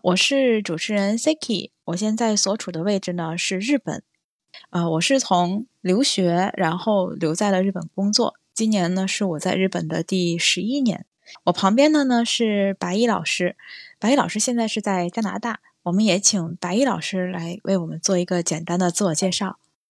我是主持人 Seki， 我现在所处的位置呢是日本。我是从留学，然后留在了日本工作。今年呢是我在日本的第11年。我旁边的呢是白衣老师，白衣老师现在是在加拿大。我们也请白衣老师来为我们做一个简单的自我介绍。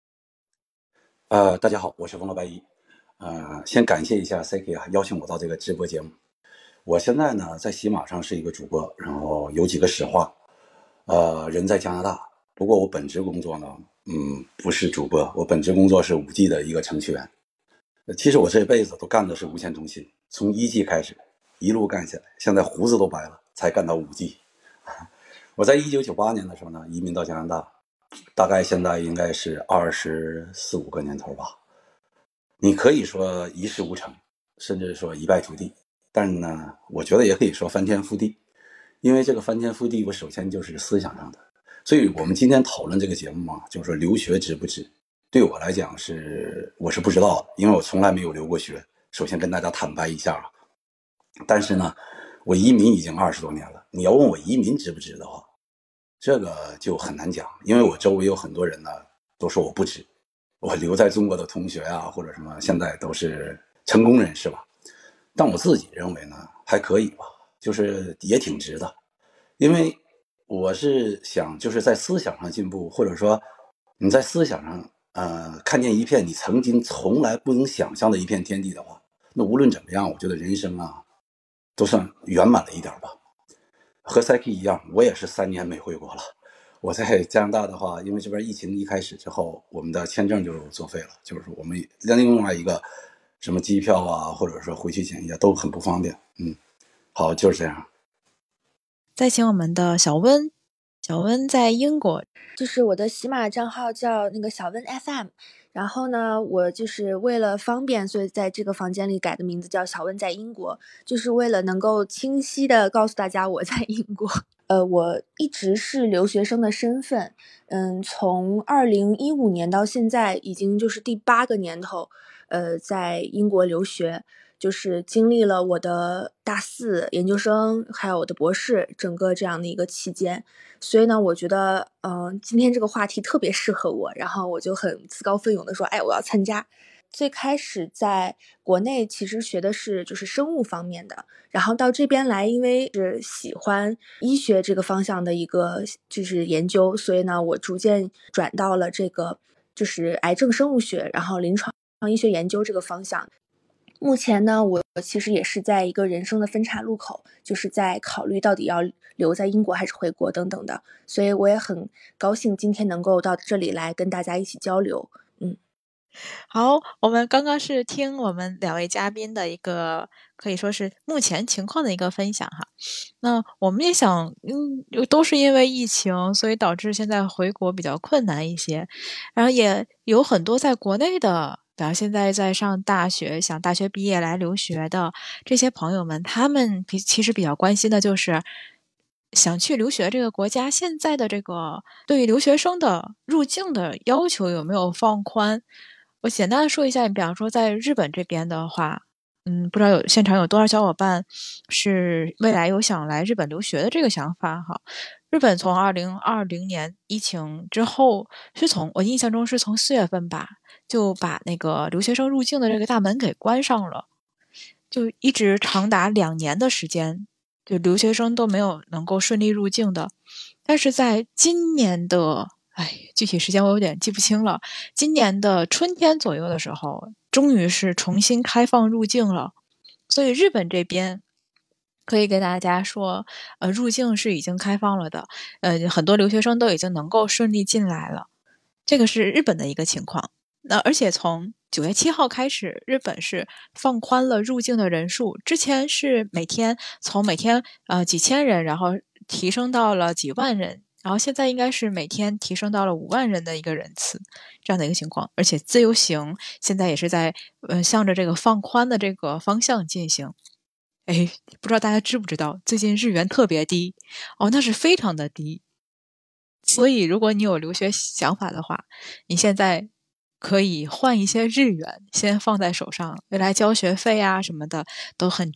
大家好，我是风罗白衣。先感谢一下 Seki 邀请我到这个直播节目。我现在呢在喜马上是一个主播，然后有几个实话。人在加拿大，不过我本职工作呢，不是主播，我本职工作是5G 的一个程序员。其实我这辈子都干的是无线通信，从1G 开始，一路干下来，现在胡子都白了，才干到5G。我在1998年的时候呢，移民到加拿大，大概现在应该是24、25个年头吧。你可以说一事无成，甚至说一败涂地，但是呢，我觉得也可以说翻天覆地。因为这个翻天覆地，我首先就是思想上的。所以我们今天讨论这个节目嘛，就是说留学值不值？对我来讲我是不知道的，因为我从来没有留过学。首先跟大家坦白一下。但是呢，我移民已经20多年了。你要问我移民值不值的话，这个就很难讲，因为我周围有很多人呢都说我不值。我留在中国的同学啊，或者什么，现在都是成功人士吧。但我自己认为呢，还可以吧，就是也挺值的。因为我是想就是在思想上进步，或者说你在思想上看见一片你曾经从来不能想象的一片天地的话，那无论怎么样，我觉得人生啊都算圆满了一点吧。和 Seki 一样，我也是3年没回国了。我在加拿大的话，因为这边疫情一开始之后，我们的签证就作废了，就是说我们另外一个什么机票啊，或者说回去检疫都很不方便。好，就是这样。 再请我们的小温，小温在英国， 就是我的喜马账号叫那个小温 FM， 然后呢，我就是为了方便，所以在这个房间里改的名字叫小温在英国，就是为了能够清晰的告诉大家我在英国。我一直是留学生的身份，从2015年到现在，已经就是第8个年头，在英国留学。就是经历了我的大4研究生，还有我的博士，整个这样的一个期间，所以呢，我觉得，今天这个话题特别适合我，然后我就很自告奋勇的说，我要参加。最开始在国内其实学的是就是生物方面的，然后到这边来，因为是喜欢医学这个方向的一个就是研究，所以呢，我逐渐转到了这个就是癌症生物学，然后临床医学研究这个方向。目前呢，我其实也是在一个人生的分岔路口，就是在考虑到底要留在英国还是回国等等的，所以我也很高兴今天能够到这里来跟大家一起交流。 好，我们刚刚是听我们2位嘉宾的一个可以说是目前情况的一个分享哈。那我们也想，都是因为疫情，所以导致现在回国比较困难一些。然后也有很多在国内的，比方现在在上大学，想大学毕业来留学的这些朋友们，他们其实比较关心的就是想去留学这个国家，现在的这个对留学生的入境的要求有没有放宽？我简单的说一下，比方说在日本这边的话，不知道现场有多少小伙伴是未来有想来日本留学的这个想法哈。日本从2020年疫情之后，我印象中是从4月份吧，就把那个留学生入境的这个大门给关上了，就一直长达2年的时间，就留学生都没有能够顺利入境的。但是在今年的具体时间我有点记不清了。今年的春天左右的时候，终于是重新开放入境了。所以日本这边可以跟大家说，入境是已经开放了的，很多留学生都已经能够顺利进来了。这个是日本的一个情况。那而且从9月7号开始，日本是放宽了入境的人数，之前是从每天几千人，然后提升到了几万人。然后现在应该是每天提升到了5万人的一个人次，这样的一个情况。而且自由行现在也是在向着这个放宽的这个方向进行。不知道大家知不知道，最近日元特别低那是非常的低。所以如果你有留学想法的话，你现在可以换一些日元先放在手上，未来交学费啊什么的都很值。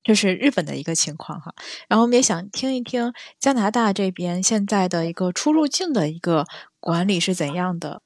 这是日本的一个情况哈。然后我们也想听一听加拿大这边现在的一个出入境的一个管理是怎样的。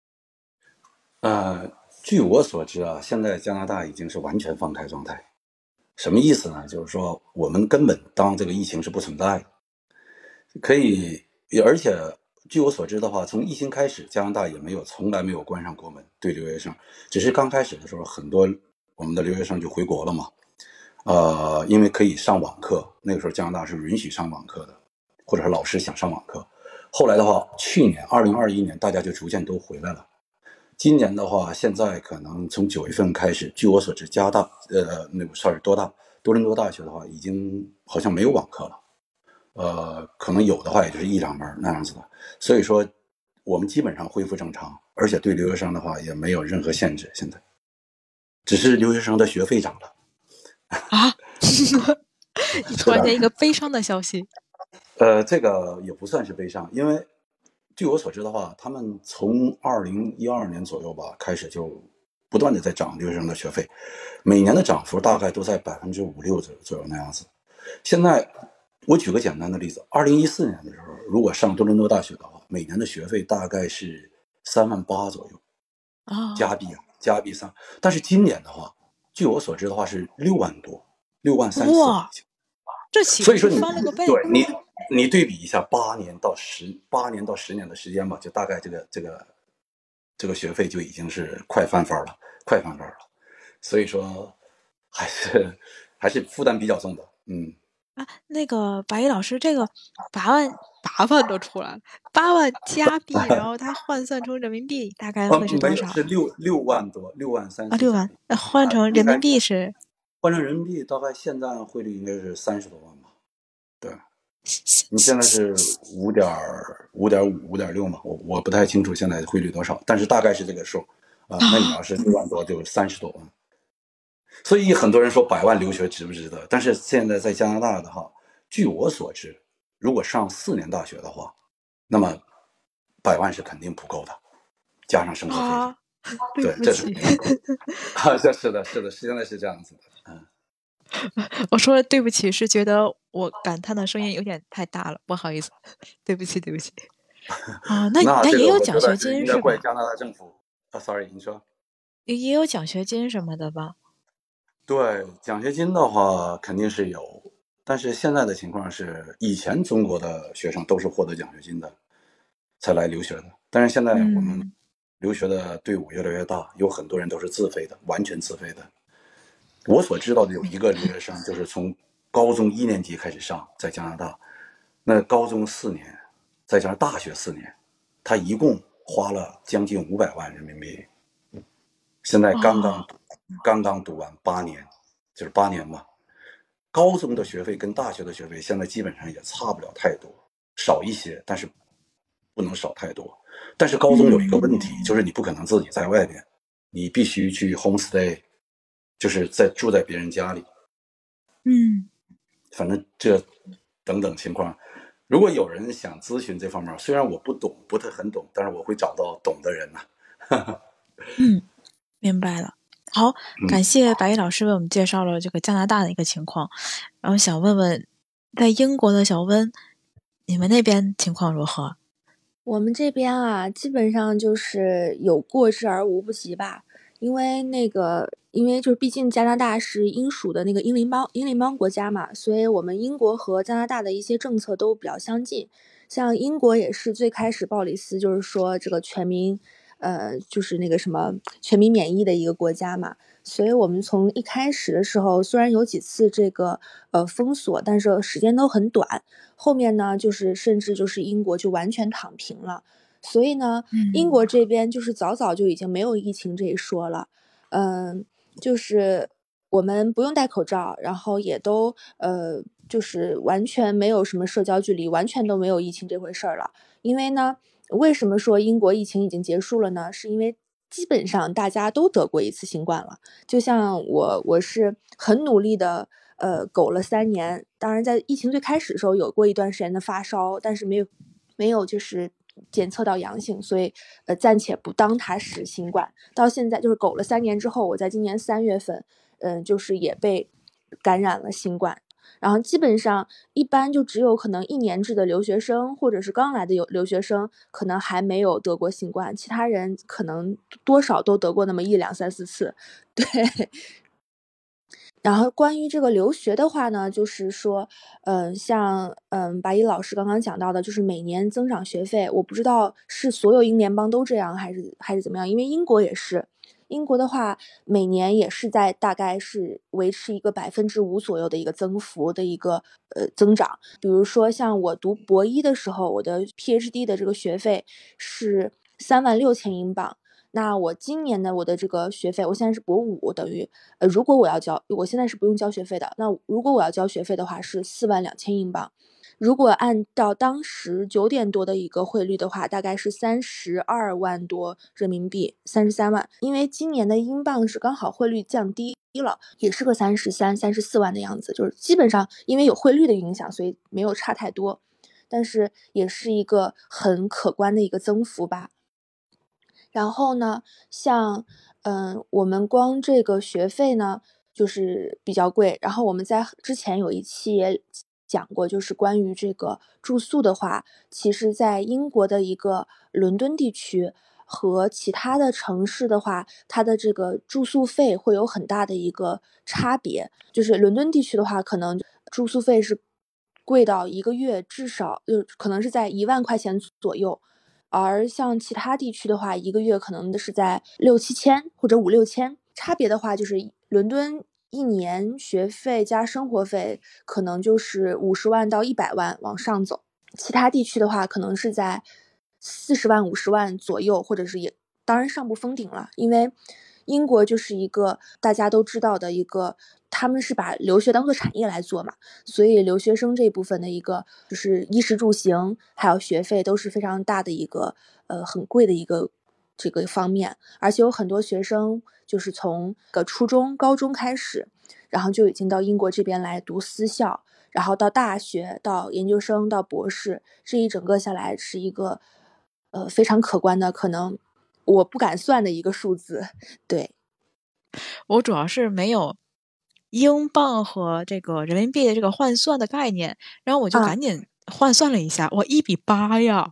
据我所知啊，现在加拿大已经是完全放开状态。什么意思呢？就是说我们根本当这个疫情是不存在的，可以，而且据我所知的话，从疫情开始，加拿大也从来没有关上国门对留学生，只是刚开始的时候，很多我们的留学生就回国了嘛。因为可以上网课，那个时候加拿大是允许上网课的，或者是老师想上网课。后来的话，去年2021年大家就逐渐都回来了。今年的话，现在可能从9月份开始，据我所知，多伦多大学的话，已经好像没有网课了。可能有的话，也就是1-2门那样子的。所以说，我们基本上恢复正常，而且对留学生的话也没有任何限制。现在，只是留学生的学费涨了。 啊！你突然间一个悲伤的消息。 这个也不算是悲伤，因为据我所知的话，他们从2012年左右吧开始就不断的在涨留学生的学费，每年的涨幅大概都在5%-6%左右那样子。现在我举个简单的例子，2014年的时候，如果上多伦多大学的话，每年的学费大概是38000左右，加币3。但是今年的话，据我所知的话是6万多，6万3、4万。 这岂不是翻了个倍？ 对你对比一下8年到10年的时间吧，就大概这个学费就已经是快翻番了。所以说还是负担比较重的。 那个白衣老师，这个8万都出来了，8万加币，然后它换算成人民币大概会是多少？ 是6万多，6万3。 6万，换成人民币是？ 换成人民币大概现在汇率应该是30多万吧。对，你现在是5.5、5.6嘛？我不太清楚现在汇率多少，但是大概是这个数那你要是6万多，就30多万。所以很多人说100万留学值不值得？但是现在在加拿大的话，据我所知，如果上4年大学的话，那么100万是肯定不够的，加上生活费。 对， 这是是的，现在是这样子的。 我说对不起，是觉得我感叹的声音有点太大了，不好意思，对不起。那也有奖学金是吧？ 怪加拿大政府。sorry， 你说。 也有奖学金什么的吧？ 对，奖学金的话肯定是有，但是现在的情况是，以前中国的学生都是获得奖学金的才来留学的，但是现在我们留学的队伍越来越大，有很多人都是自费的，完全自费的。我所知道的有一个留学生，就是从高中1年级开始上，在加拿大，那高中4年，再加上大学4年，他一共花了将近500万人民币。现在刚刚读完8年，就是8年嘛。高中的学费跟大学的学费现在基本上也差不了太多，少一些，但是不能少太多。但是高中有一个问题，就是你不可能自己在外边，你必须去 homestay， 就是住在别人家里。反正这等等情况，如果有人想咨询这方面，虽然我不太很懂，但是我会找到懂的人呐。 明白了。好，感谢白衣老师为我们介绍了这个加拿大的一个情况。然后想问问，在英国的小温，你们那边情况如何？ 我们这边啊，基本上就是有过之而无不及吧。因为就是毕竟加拿大是英属的那个英联邦国家嘛，所以我们英国和加拿大的一些政策都比较相近。像英国也是最开始鲍里斯就是说这个全民就是那个什么全民免疫的一个国家嘛，所以我们从一开始的时候虽然有几次这个封锁，但是时间都很短。后面呢，就是甚至就是英国就完全躺平了。所以呢，英国这边就是早早就已经没有疫情这一说了。就是我们不用戴口罩，然后也都就是完全没有什么社交距离，完全都没有疫情这回事儿了。因为呢，为什么说英国疫情已经结束了呢？是因为基本上大家都得过一次新冠了。就像我是很努力的苟了3年，当然在疫情最开始的时候有过一段时间的发烧，但是没有就是检测到阳性，所以暂且不当它是新冠。到现在就是苟了3年之后，我在今年3月份就是也被感染了新冠。然后基本上一般就只有可能1年制的留学生或者是刚来的留学生可能还没有得过新冠，其他人可能多少都得过那么1、2、3、4次。对。然后关于这个留学的话呢，就是说，像白衣老师刚刚讲到的，就是每年增长学费，我不知道是所有英联邦都这样，还是怎么样，因为英国也是。英国的话，每年也是在大概是维持一个5%左右的一个增幅的一个增长。比如说像我读博一的时候，我的 PhD 的这个学费是36000英镑。那我今年的我的这个学费，我现在是博5，等于如果我要交，我现在是不用交学费的。那如果我要交学费的话，是42000英镑。如果按照当时9点多的一个汇率的话，大概是32万多人民币，33万。因为今年的英镑是刚好汇率降低了，也是个33、34万的样子，就是基本上因为有汇率的影响，所以没有差太多，但是也是一个很可观的一个增幅吧。然后呢，像我们光这个学费呢，就是比较贵。然后我们在之前有一期也讲过，就是关于这个住宿的话，其实在英国的一个伦敦地区和其他的城市的话，它的这个住宿费会有很大的一个差别。就是伦敦地区的话，可能住宿费是贵到1个月至少可能是在1万块钱左右。而像其他地区的话，1个月可能是在6、7千或者5、6千。差别的话，就是伦敦1年学费加生活费可能就是50万到100万往上走，其他地区的话可能是在40万、50万左右，或者是也当然上不封顶了，因为英国就是一个大家都知道的一个，他们是把留学当做产业来做嘛，所以留学生这一部分的一个就是衣食住行还有学费都是非常大的一个很贵的一个这个方面。而且有很多学生就是从初中高中开始，然后就已经到英国这边来读私校，然后到大学到研究生到博士，这一整个下来是一个非常可观的，可能我不敢算的一个数字。对， 我主要是没有英镑和这个人民币的这个换算的概念，然后我就赶紧换算了一下，哇，1:8呀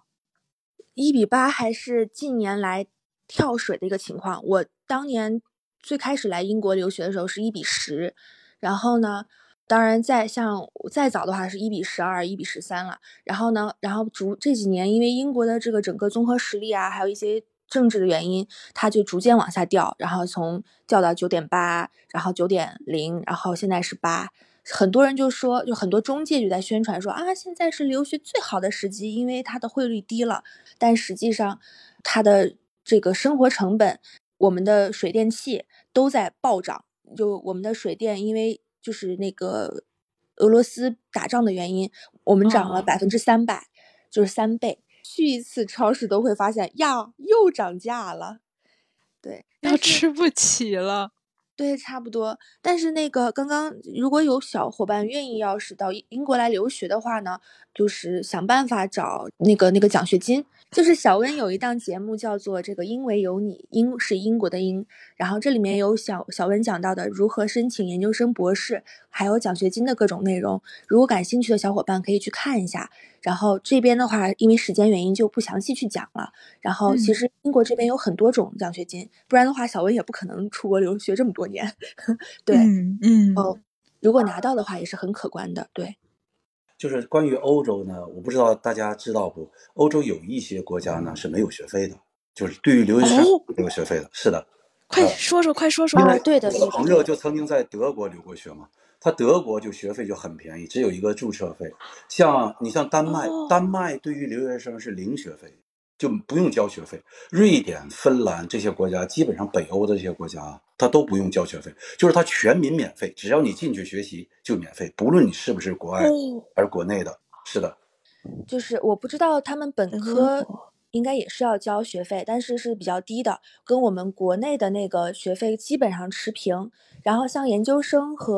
！1:8还是近年来跳水的一个情况。我当年最开始来英国留学的时候是1:10，然后呢，当然再早的话是1:12、1:13了。然后呢，这几年因为英国的这个整个综合实力啊，还有一些政治的原因，它就逐渐往下掉，然后掉到9.8，然后9.0，然后现在是8。很多人就很多中介就在宣传说啊，现在是留学最好的时机，因为它的汇率低了。但实际上，它的这个生活成本，我们的水电气都在暴涨。就我们的水电，因为就是那个俄罗斯打仗的原因，我们涨了300%，就是3倍。去一次超市都会发现呀，又涨价了。对， 要吃不起了。 对，差不多。但是那个刚刚如果有小伙伴愿意要是到英国来留学的话呢，就是想办法找那个奖学金。就是小温有一档节目叫做这个因为有你，英是英国的英，然后这里面有小温讲到的如何申请研究生博士，还有奖学金的各种内容。如果感兴趣的小伙伴可以去看一下。然后这边的话，因为时间原因就不详细去讲了。然后其实英国这边有很多种奖学金，不然的话小温也不可能出国留学这么多年。对，如果拿到的话也是很可观的。对， 就是关于欧洲呢，我不知道大家知道不？欧洲有一些国家呢是没有学费的，就是对于留学生没有学费的。是的， 快说说，快说说。 因为对的， 我朋友就曾经在德国留过学嘛，他德国就学费就很便宜，只有一个注册费。像丹麦，丹麦对于留学生是零学费，就不用交学费。瑞典、芬兰这些国家，基本上北欧的这些国家，它都不用交学费，就是它全民免费，只要你进去学习就免费，不论你是不是国外还是国内的。是的， 就是我不知道他们本科应该也是要交学费，但是是比较低的，跟我们国内的那个学费基本上持平。然后像研究生和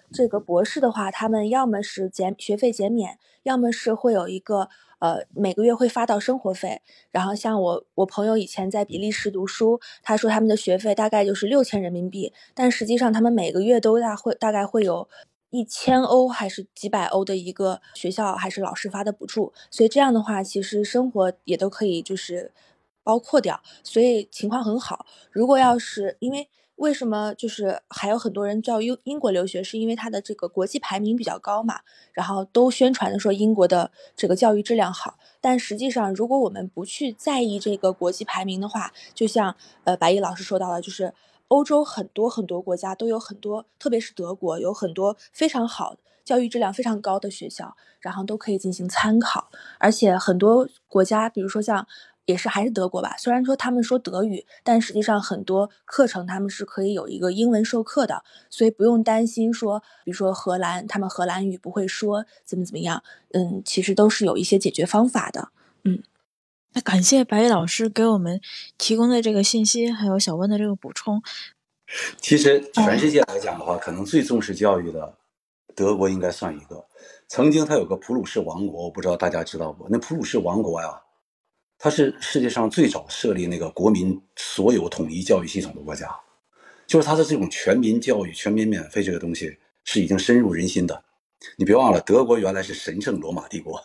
这个博士的话，他们要么是学费减免，要么是会有一个每个月会发到生活费。然后像我朋友以前在比利时读书，他说他们的学费大概就是6000人民币，但实际上他们每个月都大概会有1000欧还是几百欧的一个学校还是老师发的补助，所以这样的话，其实生活也都可以就是包括掉，所以情况很好。如果要是因为为什么就是还有很多人叫英国留学，是因为它的这个国际排名比较高嘛，然后都宣传的说英国的这个教育质量好，但实际上如果我们不去在意这个国际排名的话，就像白毅老师说到的，就是欧洲很多很多国家都有很多，特别是德国有很多非常好教育质量非常高的学校，然后都可以进行参考。而且很多国家，比如说像还是德国吧，虽然说他们说德语，但实际上很多课程他们是可以有一个英文授课的，所以不用担心说，比如说荷兰，他们荷兰语不会说怎么样，其实都是有一些解决方法的。 那感谢白毅老师给我们提供的这个信息，还有小温的这个补充。 其实全世界来讲的话，可能最重视教育的德国应该算一个。曾经它有个普鲁士王国，我不知道大家知道不？那普鲁士王国呀，它是世界上最早设立那个国民所有统一教育系统的国家，就是它的这种全民教育、全民免费这个东西是已经深入人心的。你别忘了，德国原来是神圣罗马帝国，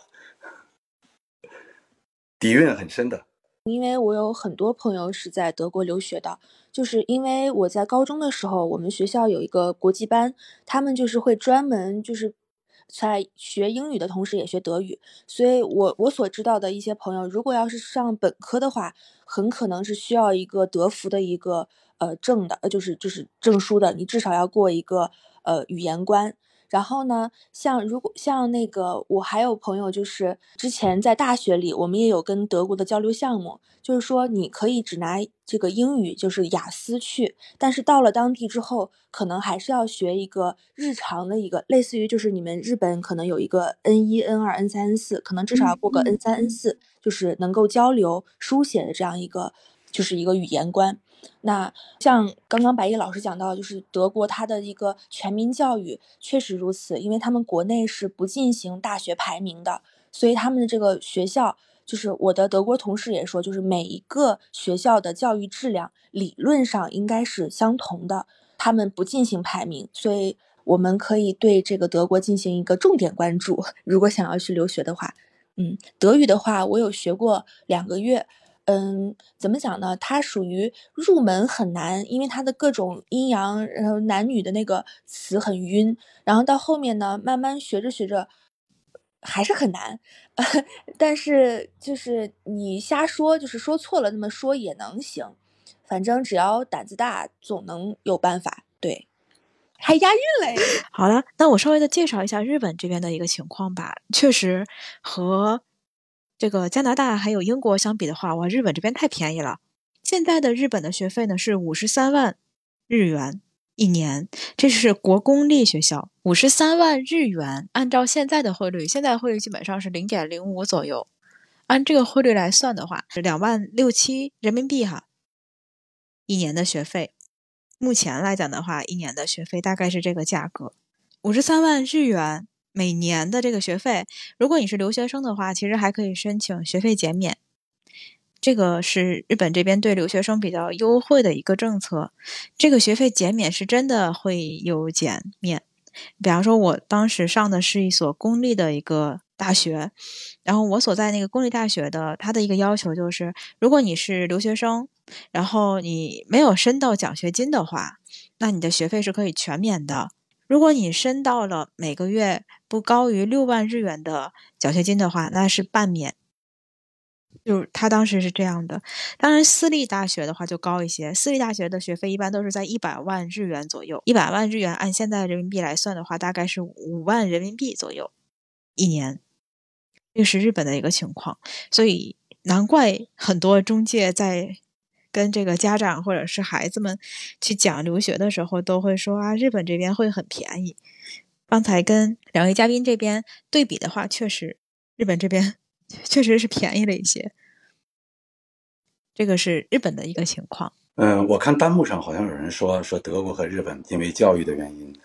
底蕴很深的。 因为我有很多朋友是在德国留学的，就是因为我在高中的时候，我们学校有一个国际班，他们就是会专门就是在学英语的同时也学德语，所以我所知道的一些朋友，如果要是上本科的话，很可能是需要一个德福的一个证的，就是证书的，你至少要过一个语言关。然后呢，如果像那个，我还有朋友，就是之前在大学里，我们也有跟德国的交流项目，就是说你可以只拿这个英语，就是雅思去，但是到了当地之后，可能还是要学一个日常的一个，类似于就是你们日本可能有一个 N1、N2、N3、N4，可能至少要过个 N3、N4，就是能够交流书写的这样一个，就是一个语言关。那像刚刚白毅老师讲到，就是德国它的一个全民教育确实如此，因为他们国内是不进行大学排名的，所以他们的这个学校，就是我的德国同事也说，就是每一个学校的教育质量理论上应该是相同的，他们不进行排名，所以我们可以对这个德国进行一个重点关注，如果想要去留学的话。德语的话，我有学过2个月。怎么讲呢？它属于入门很难，因为它的各种阴阳，然后男女的那个词很晕，然后到后面呢，慢慢学着学着还是很难。但是就是你瞎说，就是说错了，那么说也能行，反正只要胆子大，总能有办法。对，还押韵嘞。 好了，那我稍微的介绍一下日本这边的一个情况吧。确实和这个加拿大还有英国相比的话，哇，日本这边太便宜了。现在的日本的学费呢是53万日元一年，这是国公立学校，53万日元，按照现在的汇率，现在汇率基本上是0.05左右，按这个汇率来算的话，是2.67万人民币哈，一年的学费。目前来讲的话，一年的学费大概是这个价格，53万日元每年的这个学费。如果你是留学生的话，其实还可以申请学费减免。这个是日本这边对留学生比较优惠的一个政策。这个学费减免是真的会有减免。比方说，我当时上的是一所公立的一个大学，然后我所在那个公立大学的，它的一个要求就是，如果你是留学生，然后你没有申到奖学金的话，那你的学费是可以全免的。如果你申到了每个月不高于6万日元的奖学金的话，那是半免。就是他当时是这样的。当然私立大学的话就高一些，私立大学的学费一般都是在100万日元左右，100万日元按现在人民币来算的话，大概是5万人民币左右一年。这是日本的一个情况，所以难怪很多中介在跟这个家长或者是孩子们去讲留学的时候都会说啊，日本这边会很便宜。刚才跟2位嘉宾这边对比的话，确实日本这边确实是便宜了一些，这个是日本的一个情况。 我看弹幕上好像有人说德国和日本因为教育的原因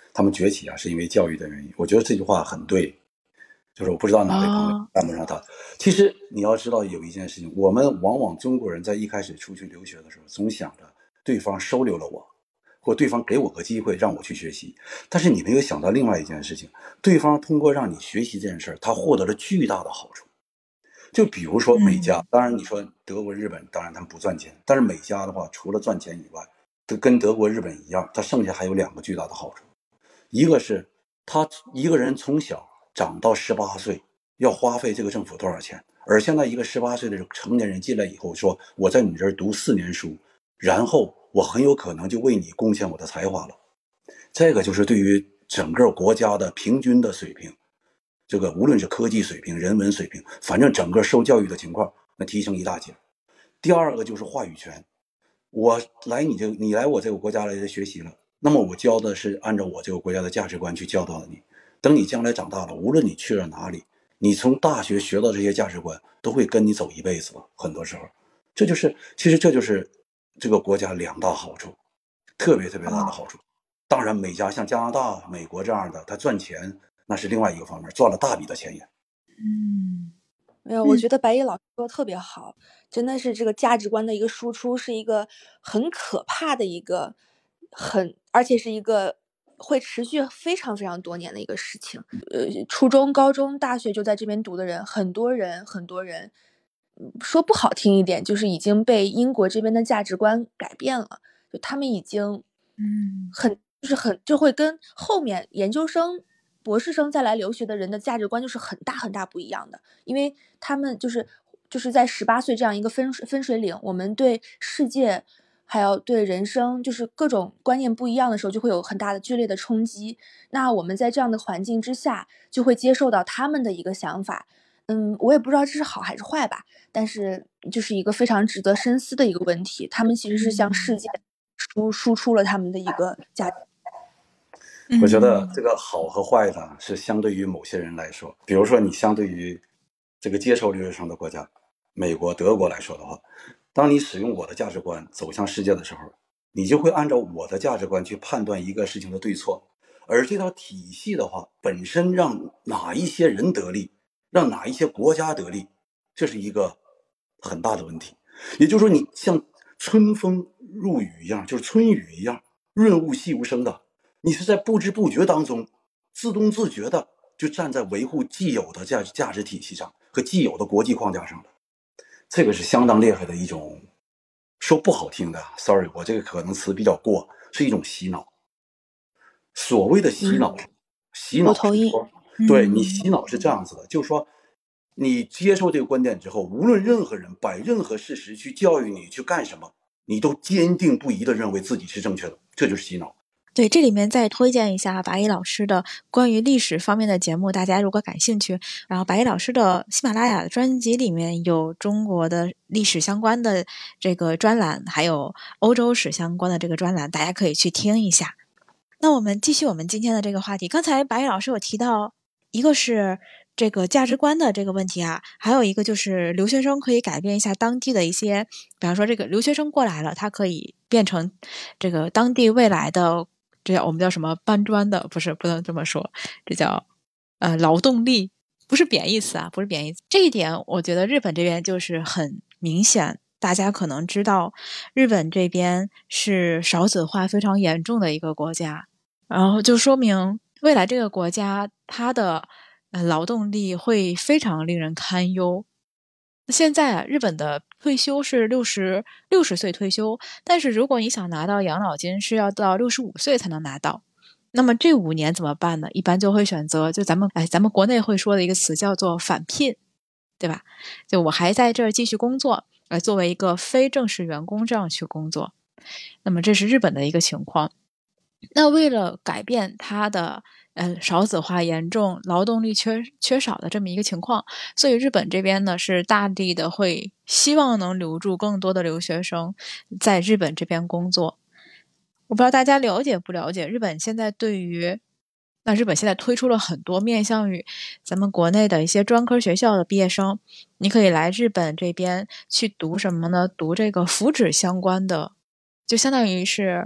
他们崛起啊是因为教育的原因。我觉得这句话很对，就是我不知道哪位朋友赞不上他。其实你要知道有一件事情，我们往往中国人在一开始出去留学的时候，总想着对方收留了我，或对方给我个机会让我去学习。但是你没有想到另外一件事情，对方通过让你学习这件事儿，他获得了巨大的好处。就比如说美加，当然你说德国、日本，当然他们不赚钱，但是美加的话，除了赚钱以外，跟德国、日本一样，它剩下还有2个巨大的好处。一个是他一个人从小长到18岁要花费这个政府多少钱，而现在一个18岁的成年人进来以后说，我在你这儿读4年书，然后我很有可能就为你贡献我的才华了。这个就是对于整个国家的平均的水平，这个无论是科技水平、人文水平，反正整个受教育的情况，那提升一大截。第二个就是话语权，你来我这个国家来学习了，那么我教的是按照我这个国家的价值观去教导你。等你将来长大了，无论你去了哪里，你从大学学到这些价值观，都会跟你走一辈子的。很多时候，其实这就是这个国家2大好处，特别特别大的好处。当然，美加像加拿大、美国这样的，他赚钱那是另外一个方面，赚了大笔的钱也。 没有，我觉得白毅老师说的特别好，真的是这个价值观的一个输出是一个很可怕的一个而且是一个会持续非常非常多年的一个事情。初中、高中、大学就在这边读的人，很多人，说不好听一点，就是已经被英国这边的价值观改变了，就他们已经就会跟后面研究生、博士生再来留学的人的价值观就是很大很大不一样的，因为他们就是在18岁这样一个分水岭，我们对世界还有对人生就是各种观念不一样的时候，就会有很大的剧烈的冲击。那我们在这样的环境之下，就会接受到他们的一个想法。我也不知道这是好还是坏吧，但是就是一个非常值得深思的一个问题。他们其实是向世界输出了他们的一个价值。 我觉得这个好和坏呢，是相对于某些人来说，比如说你相对于这个接受留学生的国家，美国、德国来说的话，当你使用我的价值观走向世界的时候，你就会按照我的价值观去判断一个事情的对错。而这套体系的话，本身让哪一些人得利，让哪一些国家得利，这是一个很大的问题。也就是说，你像春风入雨一样，就是春雨一样，润物细无声的，你是在不知不觉当中自动自觉的就站在维护既有的价值体系上和既有的国际框架上了。这个是相当厉害的一种，说不好听的 sorry 我这个可能词比较过，是一种洗脑。所谓的洗脑，洗脑我同意。 对，你洗脑是这样子的，就是说你接受这个观点之后，无论任何人摆任何事实去教育你去干什么，你都坚定不移的认为自己是正确的，这就是洗脑。 对，这里面再推荐一下白毅老师的关于历史方面的节目，大家如果感兴趣，然后白毅老师的喜马拉雅的专辑里面有中国的历史相关的这个专栏，还有欧洲史相关的这个专栏，大家可以去听一下。那我们继续我们今天的这个话题，刚才白毅老师有提到，一个是这个价值观的这个问题啊，还有一个就是留学生可以改变一下当地的一些，比方说这个留学生过来了，他可以变成这个当地未来的，这叫我们叫什么搬砖的，不能这么说，这叫劳动力，不是贬义词啊，不是贬义词。这一点我觉得日本这边就是很明显，大家可能知道日本这边是少子化非常严重的一个国家，然后就说明未来这个国家它的劳动力会非常令人堪忧。现在啊，日本的退休是60岁退休，但是如果你想拿到养老金，是要到65岁才能拿到。那么这5年怎么办呢？一般就会选择，就咱们国内会说的一个词叫做返聘，对吧？就我还在这儿继续工作，作为一个非正式员工这样去工作。那么这是日本的一个情况。那为了改变它的少子化严重、劳动力缺少的这么一个情况，所以日本这边呢是大力的会希望能留住更多的留学生在日本这边工作。我不知道大家了解不了解，日本现在推出了很多面向于咱们国内的一些专科学校的毕业生，你可以来日本这边去读什么呢？读这个福祉相关的，就相当于是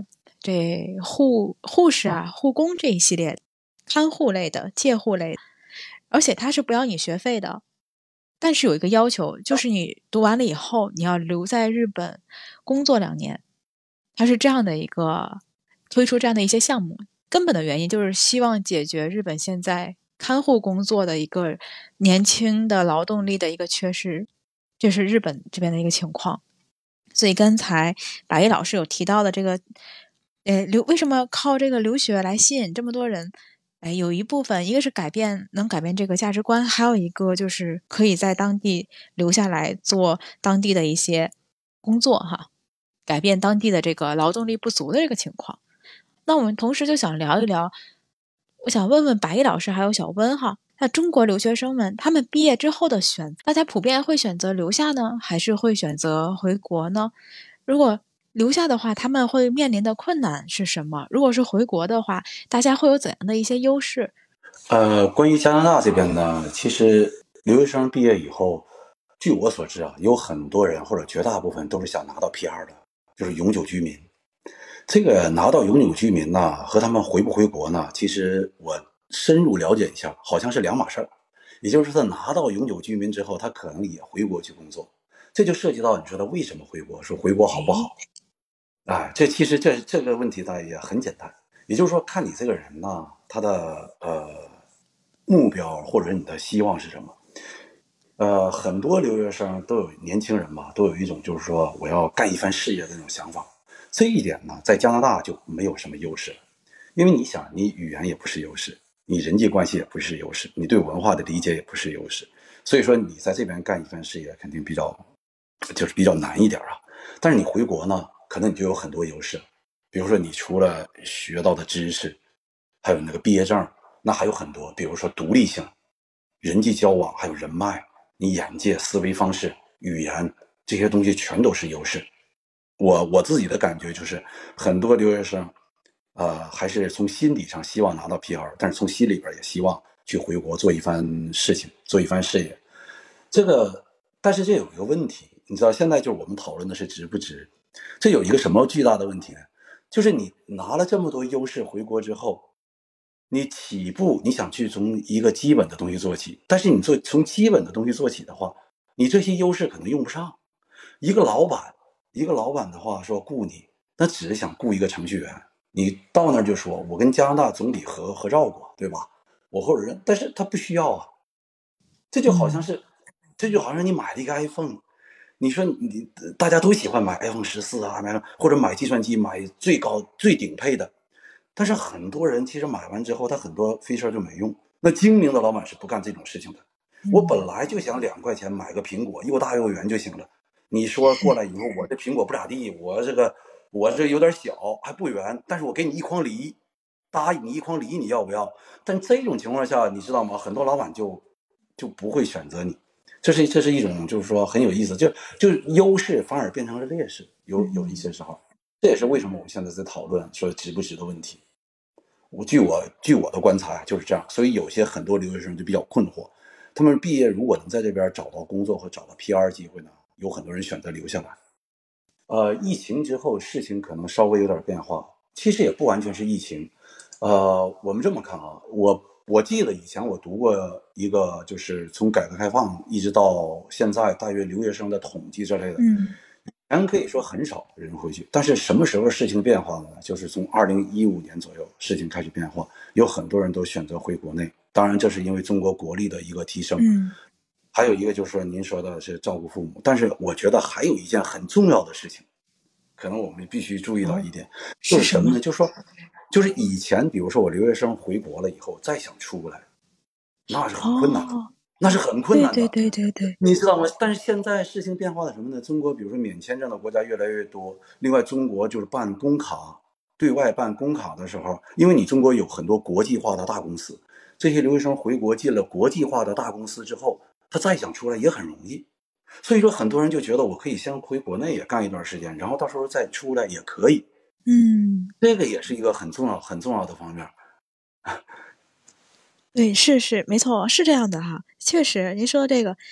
这护士啊、护工这一系列看护类的、介护类的，而且他是不要你学费的。但是有一个要求，就是你读完了以后，你要留在日本工作2年。它是这样的一个推出这样的一些项目，根本的原因就是希望解决日本现在看护工作的一个年轻的劳动力的一个缺失，这是日本这边的一个情况。所以刚才白毅老师有提到的这个，为什么靠这个留学来吸引这么多人？有一部分，一个是能改变这个价值观，还有一个就是可以在当地留下来做当地的一些工作哈，改变当地的这个劳动力不足的这个情况。那我们同时就想聊一聊，我想问问白毅老师还有小温哈，那中国留学生们他们毕业之后的大家普遍会选择留下呢，还是会选择回国呢？如果留下的话，他们会面临的困难是什么？如果是回国的话，大家会有怎样的一些优势？ 关于加拿大这边呢，其实留学生毕业以后，据我所知啊，有很多人或者绝大部分都是想拿到 PR 的，就是永久居民。这个拿到永久居民呢，和他们回不回国呢，其实我深入了解一下，好像是两码事儿。也就是说，他拿到永久居民之后，他可能也回国去工作，这就涉及到你说他为什么回国，说回国好不好？这其实这个问题呢也很简单，也就是说看你这个人呢，他的目标或者你的希望是什么。很多留学生都有，年轻人嘛，都有一种就是说我要干一番事业的那种想法。这一点呢，在加拿大就没有什么优势，因为你想，你语言也不是优势，你人际关系也不是优势，你对文化的理解也不是优势，所以说你在这边干一番事业肯定比较难一点啊。但是你回国呢，可能你就有很多优势，比如说你除了学到的知识，还有那个毕业证，那还有很多，比如说独立性、人际交往，还有人脉，你眼界、思维方式、语言这些东西全都是优势。我自己的感觉就是，很多留学生，还是从心理上希望拿到 PR， 但是从心里边也希望去回国做一番事情，做一番事业。但是这有一个问题，你知道，现在就是我们讨论的是值不值，这有一个什么巨大的问题呢？就是你拿了这么多优势回国之后，你起步你想去从一个基本的东西做起，但是你从基本的东西做起的话，你这些优势可能用不上。一个老板的话说雇你，那只是想雇一个程序员，你到那儿就说我跟加拿大总理合照过，对吧？我或者但是他不需要啊。这就好像你买了一个 iPhone， 你说大家都喜欢买 iPhone 14啊，或者买计算机买最高最顶配的，但是很多人其实买完之后，他很多 feature 就没用。那精明的老板是不干这种事情的。我本来就想2块钱买个苹果，又大又圆就行了。你说过来以后，我这苹果不咋地，我这有点小，还不圆，但是我给你一筐梨，答应你一筐梨，你要不要？但这种情况下，你知道吗？很多老板就不会选择你。这是一种就是说很有意思，就优势反而变成了劣势，有一些时候，这也是为什么我们现在在讨论说值不值的问题。据我的观察就是这样，所以很多留学生就比较困惑，他们毕业如果能在这边找到工作或找到 PR 机会呢，有很多人选择留下来。疫情之后事情可能稍微有点变化，其实也不完全是疫情。我们这么看啊，我记得以前我读过一个，就是从改革开放一直到现在，大约留学生的统计之类的。以前可以说很少人回去，但是什么时候事情变化了呢？就是从2015年左右，事情开始变化，有很多人都选择回国内。当然，这是因为中国国力的一个提升。还有一个就是说，您说的是照顾父母，但是我觉得还有一件很重要的事情，可能我们必须注意到一点，就是什么呢？就是以前，比如说我留学生回国了以后，再想出来，那是很困难的，那是很困难的。 对， 你知道吗？但是现在事情变化的什么呢？中国比如说免签证的国家越来越多，另外中国就是办工卡，对外办工卡的时候，因为你中国有很多国际化的大公司，这些留学生回国进了国际化的大公司之后，他再想出来也很容易。所以说很多人就觉得我可以先回国内也干一段时间，然后到时候再出来也可以。这个也是一个很重要的方面。 对，是没错，是这样的哈。确实，您说这个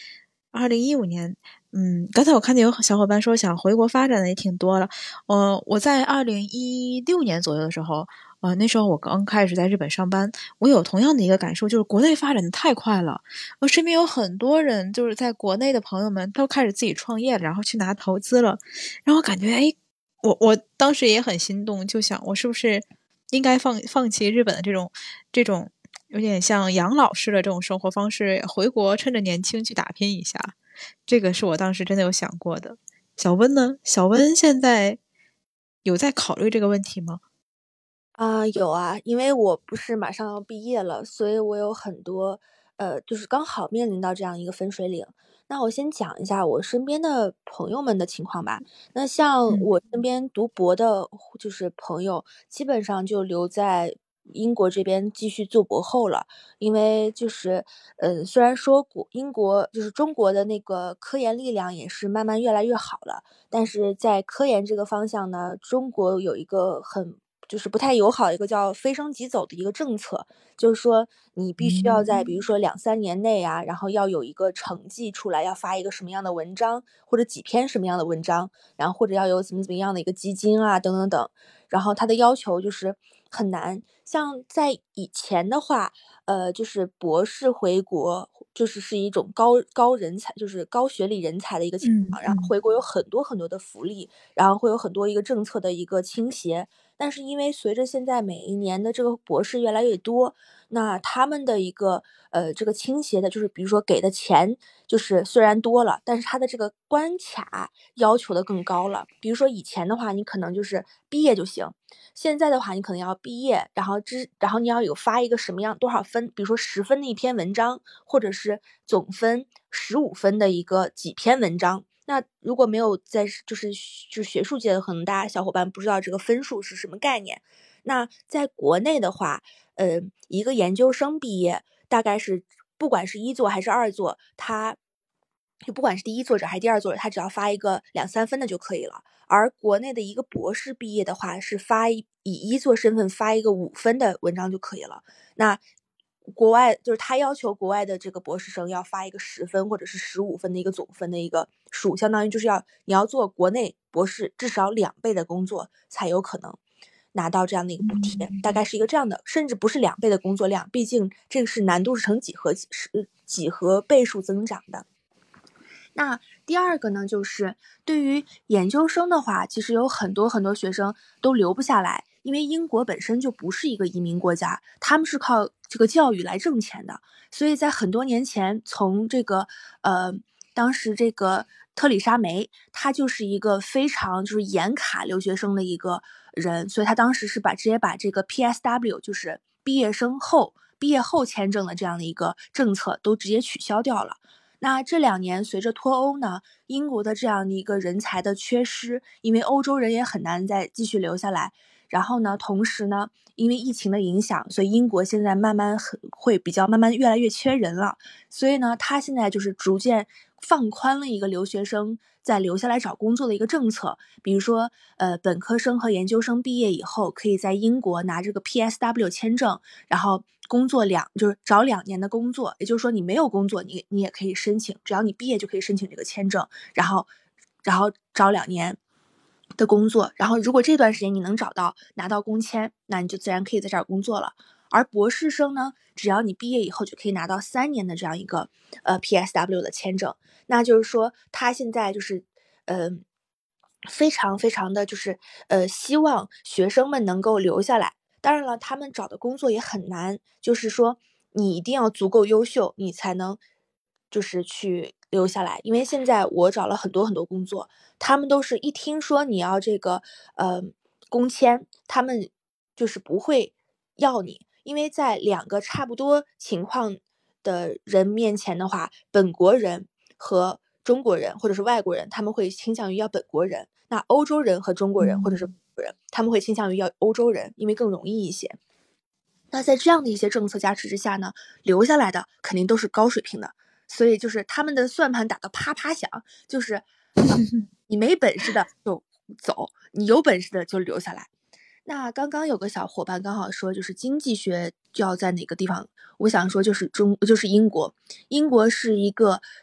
2015年，刚才我看见有小伙伴说想回国发展的也挺多了。我在2016年左右的时候，那时候我刚开始在日本上班，我有同样的一个感受，就是国内发展的太快了。我身边有很多人就是在国内的朋友们都开始自己创业了，然后去拿投资了，然后感觉我当时也很心动，就想我是不是应该放弃日本的这种有点像养老式的这种生活方式，回国趁着年轻去打拼一下。这个是我当时真的有想过的。小温呢？小温现在有在考虑这个问题吗？ 有啊，因为我不是马上要毕业了，所以我有很多就是刚好面临到这样一个分水岭。那我先讲一下我身边的朋友们的情况吧。那像我身边读博的，就是朋友，基本上就留在英国这边继续做博后了。因为就是，虽然说英国就是中国的那个科研力量也是慢慢越来越好了，但是在科研这个方向呢，中国有一个就是不太友好一个叫飞升即走的一个政策，就是说你必须要在比如说2-3年内啊，然后要有一个成绩出来，要发一个什么样的文章，或者几篇什么样的文章，然后或者要有怎么样的一个基金啊，等等等。然后它的要求就是很难。像在以前的话，就是博士回国是一种高人才，就是高学历人才的一个情况，然后回国有很多很多的福利，然后会有很多一个政策的一个倾斜。但是因为随着现在每一年的这个博士越来越多，那他们的一个这个倾斜的，就是比如说给的钱就是虽然多了，但是他的这个关卡要求的更高了。比如说以前的话，你可能就是毕业就行，现在的话你可能要毕业，然后你要有发一个什么样多少分，比如说10分的一篇文章，或者是总分15分的一个几篇文章。那如果没有就是学术界的，可能大家小伙伴不知道这个分数是什么概念。那在国内的话，一个研究生毕业大概是不管是一作还是二作，就不管是第一作者还是第二作者，他只要发一个2-3分的就可以了。而国内的一个博士毕业的话，是以一作身份发一个5分的文章就可以了。那国外就是他要求国外的这个博士生要发一个10分或者是15分的一个总分的一个数，相当于就是你要做国内博士至少2倍的工作才有可能拿到这样的一个补贴，大概是一个这样的，甚至不是2倍的工作量，毕竟这个是难度是成几何倍数增长的。那第二个呢，就是对于研究生的话，其实有很多很多学生都留不下来，因为英国本身就不是一个移民国家，他们是靠这个教育来挣钱的。所以在很多年前，从这个当时这个特里莎梅，她就是一个非常就是严卡留学生的一个人，所以她当时是直接把这个 PSW 就是毕业后签证的这样的一个政策都直接取消掉了。那这2年随着脱欧呢，英国的这样的一个人才的缺失，因为欧洲人也很难再继续留下来。然后呢，同时呢，因为疫情的影响，所以英国现在慢慢越来越缺人了。所以呢，他现在就是逐渐放宽了一个留学生再留下来找工作的一个政策。比如说，本科生和研究生毕业以后，可以在英国拿这个 PSW 签证，然后工作就是找2年的工作。也就是说，你没有工作，你也可以申请，只要你毕业就可以申请这个签证，然后找2年的工作。然后如果这段时间你能拿到工签，那你就自然可以在这儿工作了。而博士生呢，只要你毕业以后就可以拿到3年的这样一个PSW 的签证。那就是说，他现在就是非常非常的就是希望学生们能够留下来。当然了，他们找的工作也很难，就是说你一定要足够优秀，你才能就是去留下来。因为现在我找了很多很多工作，他们都是一听说你要这个工签，他们就是不会要你。因为在2个差不多情况的人面前的话，本国人和中国人或者是外国人，他们会倾向于要本国人。那欧洲人和中国人或者是外国人，他们会倾向于要欧洲人，因为更容易一些。那在这样的一些政策加持之下呢，留下来的肯定都是高水平的。所以就是他们的算盘打得啪啪响，就是你没本事的就走，你有本事的就留下来。那刚刚有个小伙伴刚好说，就是经济学就要在哪个地方？我想说就是英国。英国是一个，它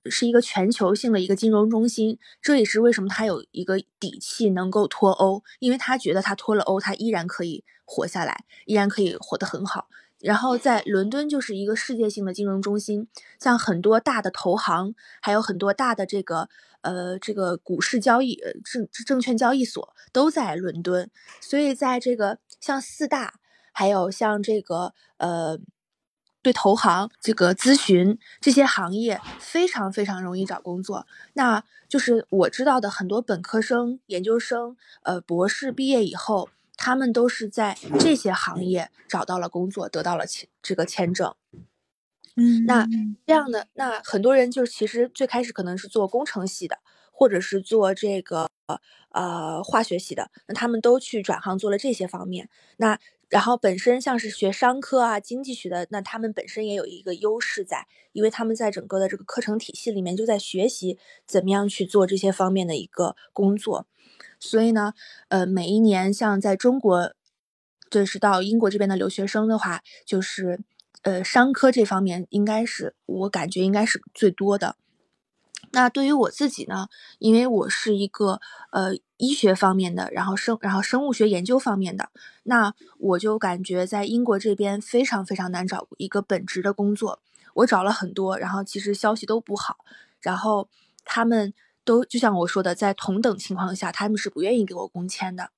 是一个全球性的一个金融中心，这也是为什么他有一个底气能够脱欧，因为他觉得他脱了欧，他依然可以活下来，依然可以活得很好。然后在伦敦就是一个世界性的金融中心，像很多大的投行，还有很多大的这个股市交易证券交易所都在伦敦，所以在这个像四大，还有像这个对投行这个咨询这些行业非常非常容易找工作。那就是我知道的很多本科生、研究生、博士毕业以后，他们都是在这些行业找到了工作，得到了这个签证。那这样的，那很多人就其实最开始可能是做工程系的，或者是做这个化学系的，那他们都去转行做了这些方面。那然后本身像是学商科啊、经济学的，那他们本身也有一个优势在，因为他们在整个的这个课程体系里面就在学习怎么样去做这些方面的一个工作。所以呢，每一年像在中国，就是到英国这边的留学生的话，就是商科这方面应该是我感觉应该是最多的。那对于我自己呢，因为我是一个医学方面的，然后生物学研究方面的，那我就感觉在英国这边非常非常难找一个本职的工作。我找了很多，然后其实消息都不好，然后他们都就像我说的，在同等情况下，他们是不愿意给我工签的。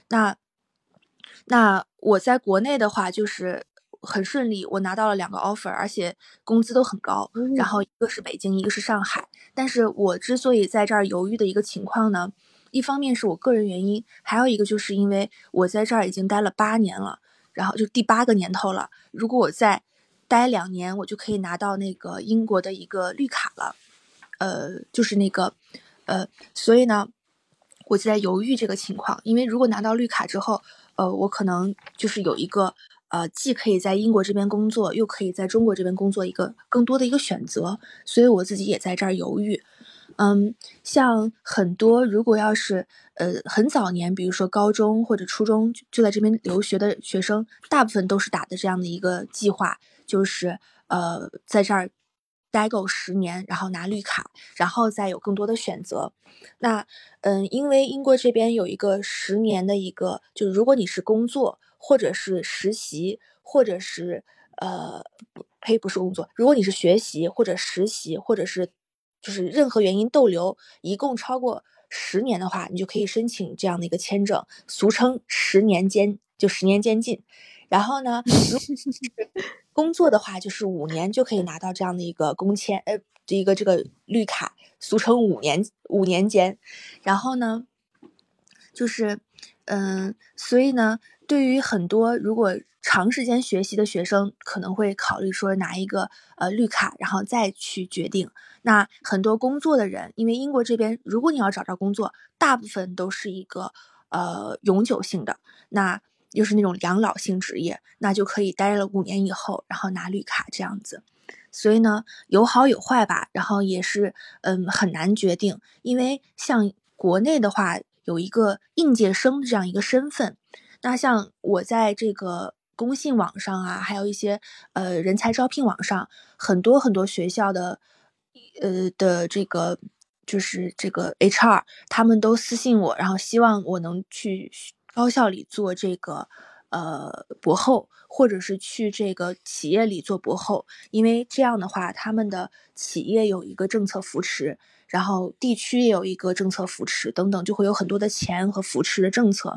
那我在国内的话，就是很顺利，我拿到了2个 offer， 而且工资都很高，然后一个是北京，一个是上海。但是我之所以在这儿犹豫的一个情况呢，一方面是我个人原因，还有一个就是因为我在这儿已经待了8年了，然后就第8个年头了。如果我再待2年，我就可以拿到那个英国的一个绿卡了，就是那个所以呢，我就在犹豫这个情况，因为如果拿到绿卡之后，我可能就是有一个既可以在英国这边工作，又可以在中国这边工作一个更多的一个选择，所以我自己也在这儿犹豫。像很多如果要是很早年，比如说高中或者初中就在这边留学的学生，大部分都是打的这样的一个计划，就是在这儿待够10年，然后拿绿卡，然后再有更多的选择。那因为英国这边有一个10年的一个，就是如果你是工作或者是实习，或者是不是工作，如果你是学习或者实习，或者是就是任何原因逗留，一共超过10年的话，你就可以申请这样的一个签证，俗称10年监，就10年监禁。然后呢，如果工作的话，就是5年就可以拿到这样的一个工签，一个这个绿卡，俗称5年监。然后呢，就是所以呢，对于很多如果长时间学习的学生，可能会考虑说拿一个绿卡，然后再去决定。那很多工作的人，因为英国这边，如果你要找工作，大部分都是一个永久性的，那又是那种养老性职业，那就可以待了5年以后，然后拿绿卡这样子。所以呢，有好有坏吧，然后也是很难决定，因为像国内的话，有一个应届生这样一个身份，那像我在这个公信网上啊，还有一些人才招聘网上，很多很多学校的这个就是这个 HR， 他们都私信我，然后希望我能去高校里做这个博后，或者是去这个企业里做博后，因为这样的话，他们的企业有一个政策扶持，然后地区也有一个政策扶持等等，就会有很多的钱和扶持的政策。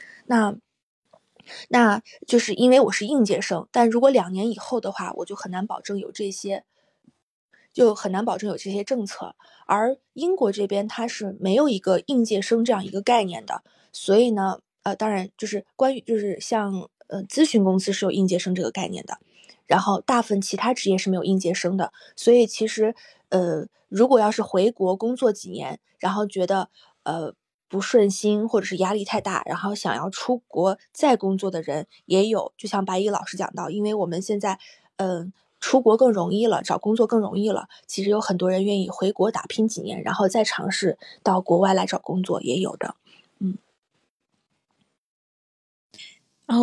那就是因为我是应届生，但如果2年以后的话，我就很难保证有这些政策。而英国这边它是没有一个应届生这样一个概念的，所以呢，当然就是关于就是像咨询公司是有应届生这个概念的，然后大部分其他职业是没有应届生的，所以其实如果要是回国工作几年，然后觉得不顺心或者是压力太大，然后想要出国再工作的人也有，就像白毅老师讲到，因为我们现在出国更容易了，找工作更容易了，其实有很多人愿意回国打拼几年，然后再尝试到国外来找工作，也有的。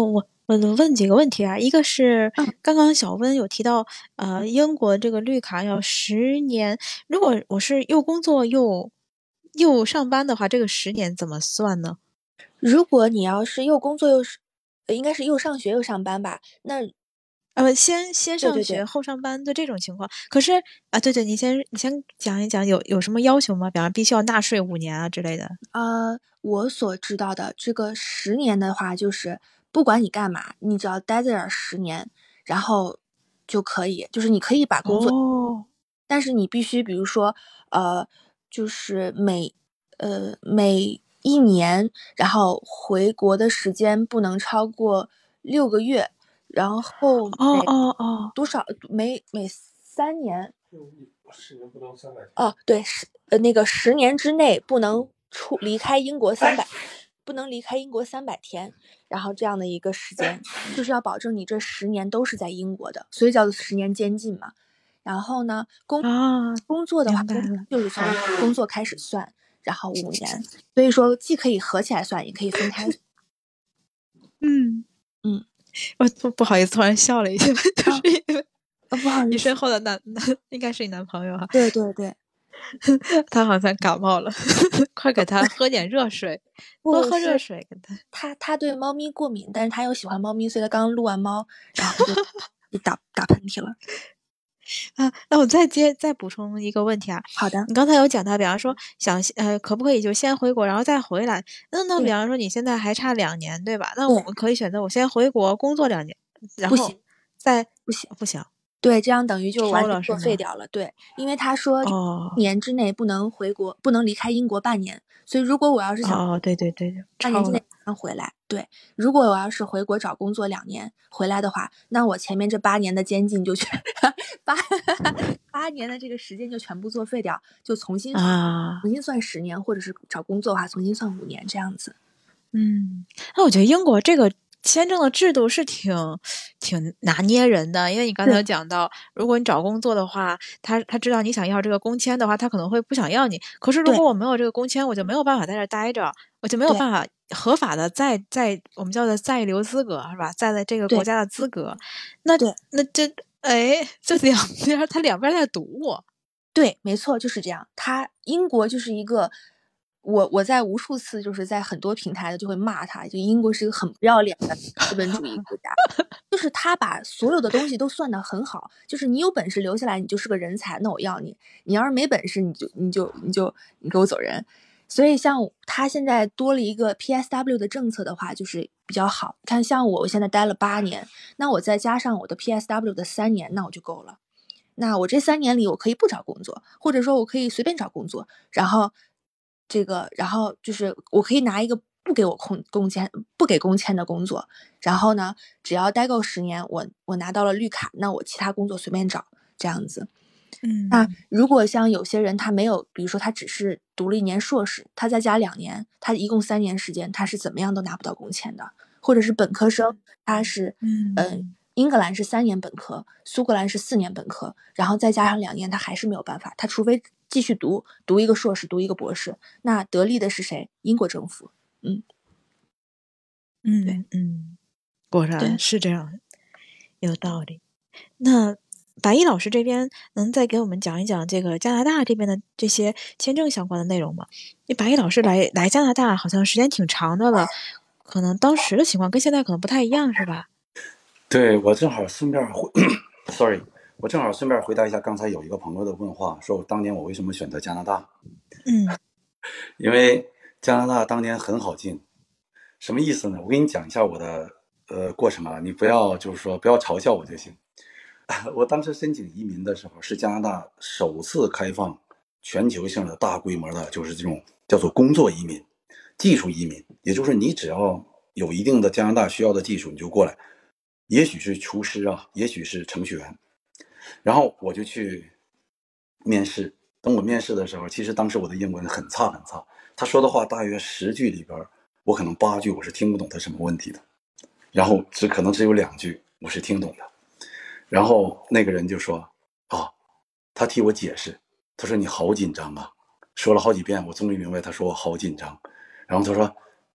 我问几个问题啊，一个是嗯刚刚小温有提到，英国这个绿卡要10年，如果我是又工作又上班的话，这个10年怎么算呢？ 如果你要是又工作又是，应该是又上学又上班吧？那先对对对， 上学后上班的这种情况，可是啊，对对，你先讲一讲有什么要求吗？比方必须要纳税5年啊之类的。 我所知道的这个10年的话，就是不管你干嘛，你只要待在这儿10年，然后就可以，就是你可以把工作， 哦但是你必须，比如说，就是每一年，然后回国的时间不能超过6个月，然后哦哦哦多少每3年。哦，对，那个10年之内不能离开英国不能离开英国300天，然后这样的一个时间，就是要保证你这10年都是在英国的，所以叫做10年监禁嘛。然后呢， 啊， 工作的话， 明白了。 就是从工作开始算，然后5年，所以说既可以合起来算，也可以分开。 嗯， 嗯， 我不好意思，突然笑了一下，就是因为不好意思， 你身后的应该是你男朋友哈， 对对对， 他好像感冒了，快给他喝点热水，多喝热水给他。 他对猫咪过敏，但是他又喜欢猫咪，所以他刚撸完猫，然后就打喷嚏了。 啊，那我再补充一个问题啊， 好的， 你刚才有讲到，比方说可不可以就先回国，然后再回来？那比对方说你现在还差2年，对吧？那我对， 们可以选择我先回国工作2年，然后不行再不行。 不行对，这样等于就完全作收了是吗？ 废掉了。对，因为他说哦年之内不能回国，不能离开英国半年。所以如果我要是想哦，对对对， 半年之内超了。 能回来，对，如果我要是回国找工作2年回来的话，那我前面这8年的监禁就全八8年的这个时间就全部作废掉，就重新啊， 算10年，或者是找工作的话重新算5年这样子。 那我觉得英国这个签证的制度是挺拿捏人的，因为你刚才有对讲到，如果你找工作的话，他知道你想要这个工签的话，他可能会不想要你。可是如对果我没有这个工签，我就没有办法在这儿待着，我就没有对办法合法的我们叫做在留资格是吧？在这个国对家的资格，那对这两边在赌我。 对，没错，就是这样。英国就是一个，我在无数次就是在很多平台的就会骂他，就英国是一个很不要脸的资本主义国家，就是他把所有的东西都算得很好，就是你有本事留下来，你就是个人才，那我要你；你要是没本事，你给我走人。所以像他现在多了一个 PSW 的政策的话，就是比较好。看像我现在待了8年，那我再加上我的 PSW 的3年，那我就够了。那我这3年里，我可以不找工作，或者说我可以随便找工作，然后就是我可以拿一个不给我不给工签的工作，然后呢，只要待够10年，我拿到了绿卡，那我其他工作随便找这样子。那如果像有些人他没有，比如说他只是读了1年硕士，他再加2年，他一共3年时间，他是怎么样都拿不到工签的，或者是本科生，他是英格兰是3年本科，苏格兰是4年本科，然后再加上2年，他还是没有办法。他除非继续读一个硕士，读一个博士，那得利的是谁？英国政府。对果然是这样，有道理。那白衣老师这边能再给我们讲一讲这个加拿大这边的这些签证相关的内容吗？因为白衣老师来加拿大好像时间挺长的了，可能当时的情况跟现在可能不太一样，是吧？ 对，我正好顺便sorry，我正好顺便回答一下刚才有一个朋友的问话，说当年我为什么选择加拿大？因为加拿大当年很好进，什么意思呢？我给你讲一下我的过程啊，你不要嘲笑我就行。我当时申请移民的时候，是加拿大首次开放全球性的大规模的，就是这种叫做工作移民、技术移民，也就是你只要有一定的加拿大需要的技术，你就过来。也许是厨师啊，也许是程序员。然后我就去面试。等我面试的时候，其实当时我的英文很差很差，他说的话大约10句里边，我可能8句我是听不懂他什么问题的，然后可能只有2句我是听懂的。然后那个人就说他替我解释，他说你好紧张啊，说了好几遍，我终于明白他说我好紧张。然后他说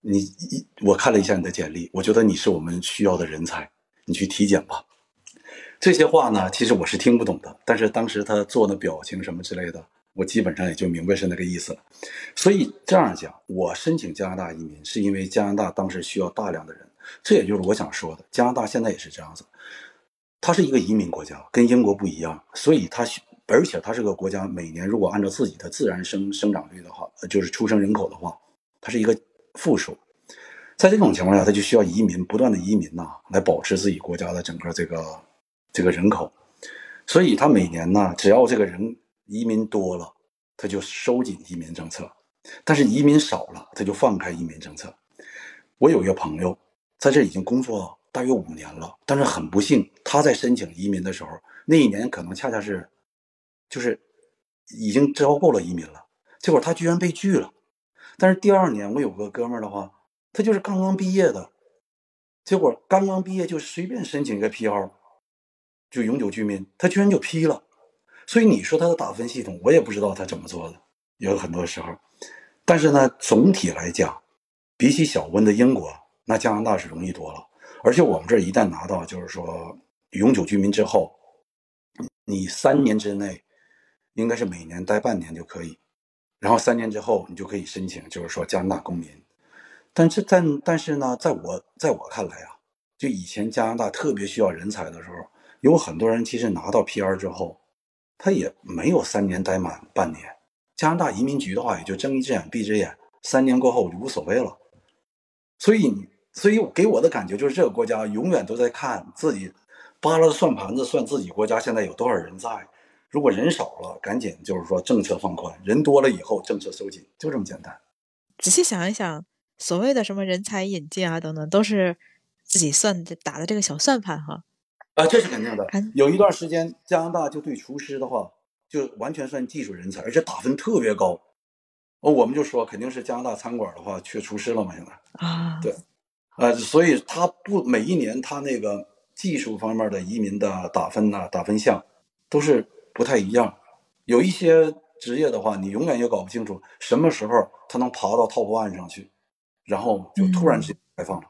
我看了一下你的简历，我觉得你是我们需要的人才，你去体检吧。这些话呢，其实我是听不懂的，但是当时他做的表情什么之类的，我基本上也就明白是那个意思了。所以这样讲，我申请加拿大移民是因为加拿大当时需要大量的人，这也就是我想说的，加拿大现在也是这样子，它是一个移民国家，跟英国不一样，所以而且它是个国家，每年如果按照自己的自然生长率的话，就是出生人口的话，它是一个负数。在这种情况下，它就需要移民，不断的移民来保持自己国家的整个这个人口。所以它每年呢，只要这个人移民多了，它就收紧移民政策；但是移民少了，它就放开移民政策。我有一个朋友在这已经工作大约5年了，但是很不幸，他在申请移民的时候，那一年可能恰恰是就是已经招够了移民了，结果他居然被拒了。但是第2年，我有个哥们儿的话，他就是刚刚毕业的，结果刚刚毕业就随便申请一个 PR， 就永久居民，他居然就批了。所以你说他的打分系统，我也不知道他怎么做的，有很多时候。但是呢，总体来讲，比起小温的英国，那加拿大是容易多了。而且我们这儿一旦拿到就是说永久居民之后，你3年之内应该是每年待半年就可以，然后3年之后你就可以申请就是说加拿大公民。但是呢，在我看来啊，就以前加拿大特别需要人才的时候，有很多人其实拿到 PR 之后，他也没有3年待满半年。加拿大移民局的话，也就睁一只眼闭一只眼，3年过后就无所谓了。所以给我的感觉就是这个国家永远都在看自己，扒拉算盘子算自己国家现在有多少人在。如果人少了，赶紧就是说政策放宽；人多了以后，政策收紧，就这么简单。 仔细想一想，所谓的什么人才引进啊等等，都是自己打的这个小算盘哈。 这是肯定的。有一段时间，加拿大就对厨师的话，就完全算技术人才，而且打分特别高。我们就说肯定是加拿大餐馆的话缺厨师了嘛，现在啊， 对，所以他每一年他那个技术方面的移民的打分项都是不太一样。有一些职业的话，你永远也搞不清楚什么时候他能爬到 top 1上去，然后就突然之间开放了。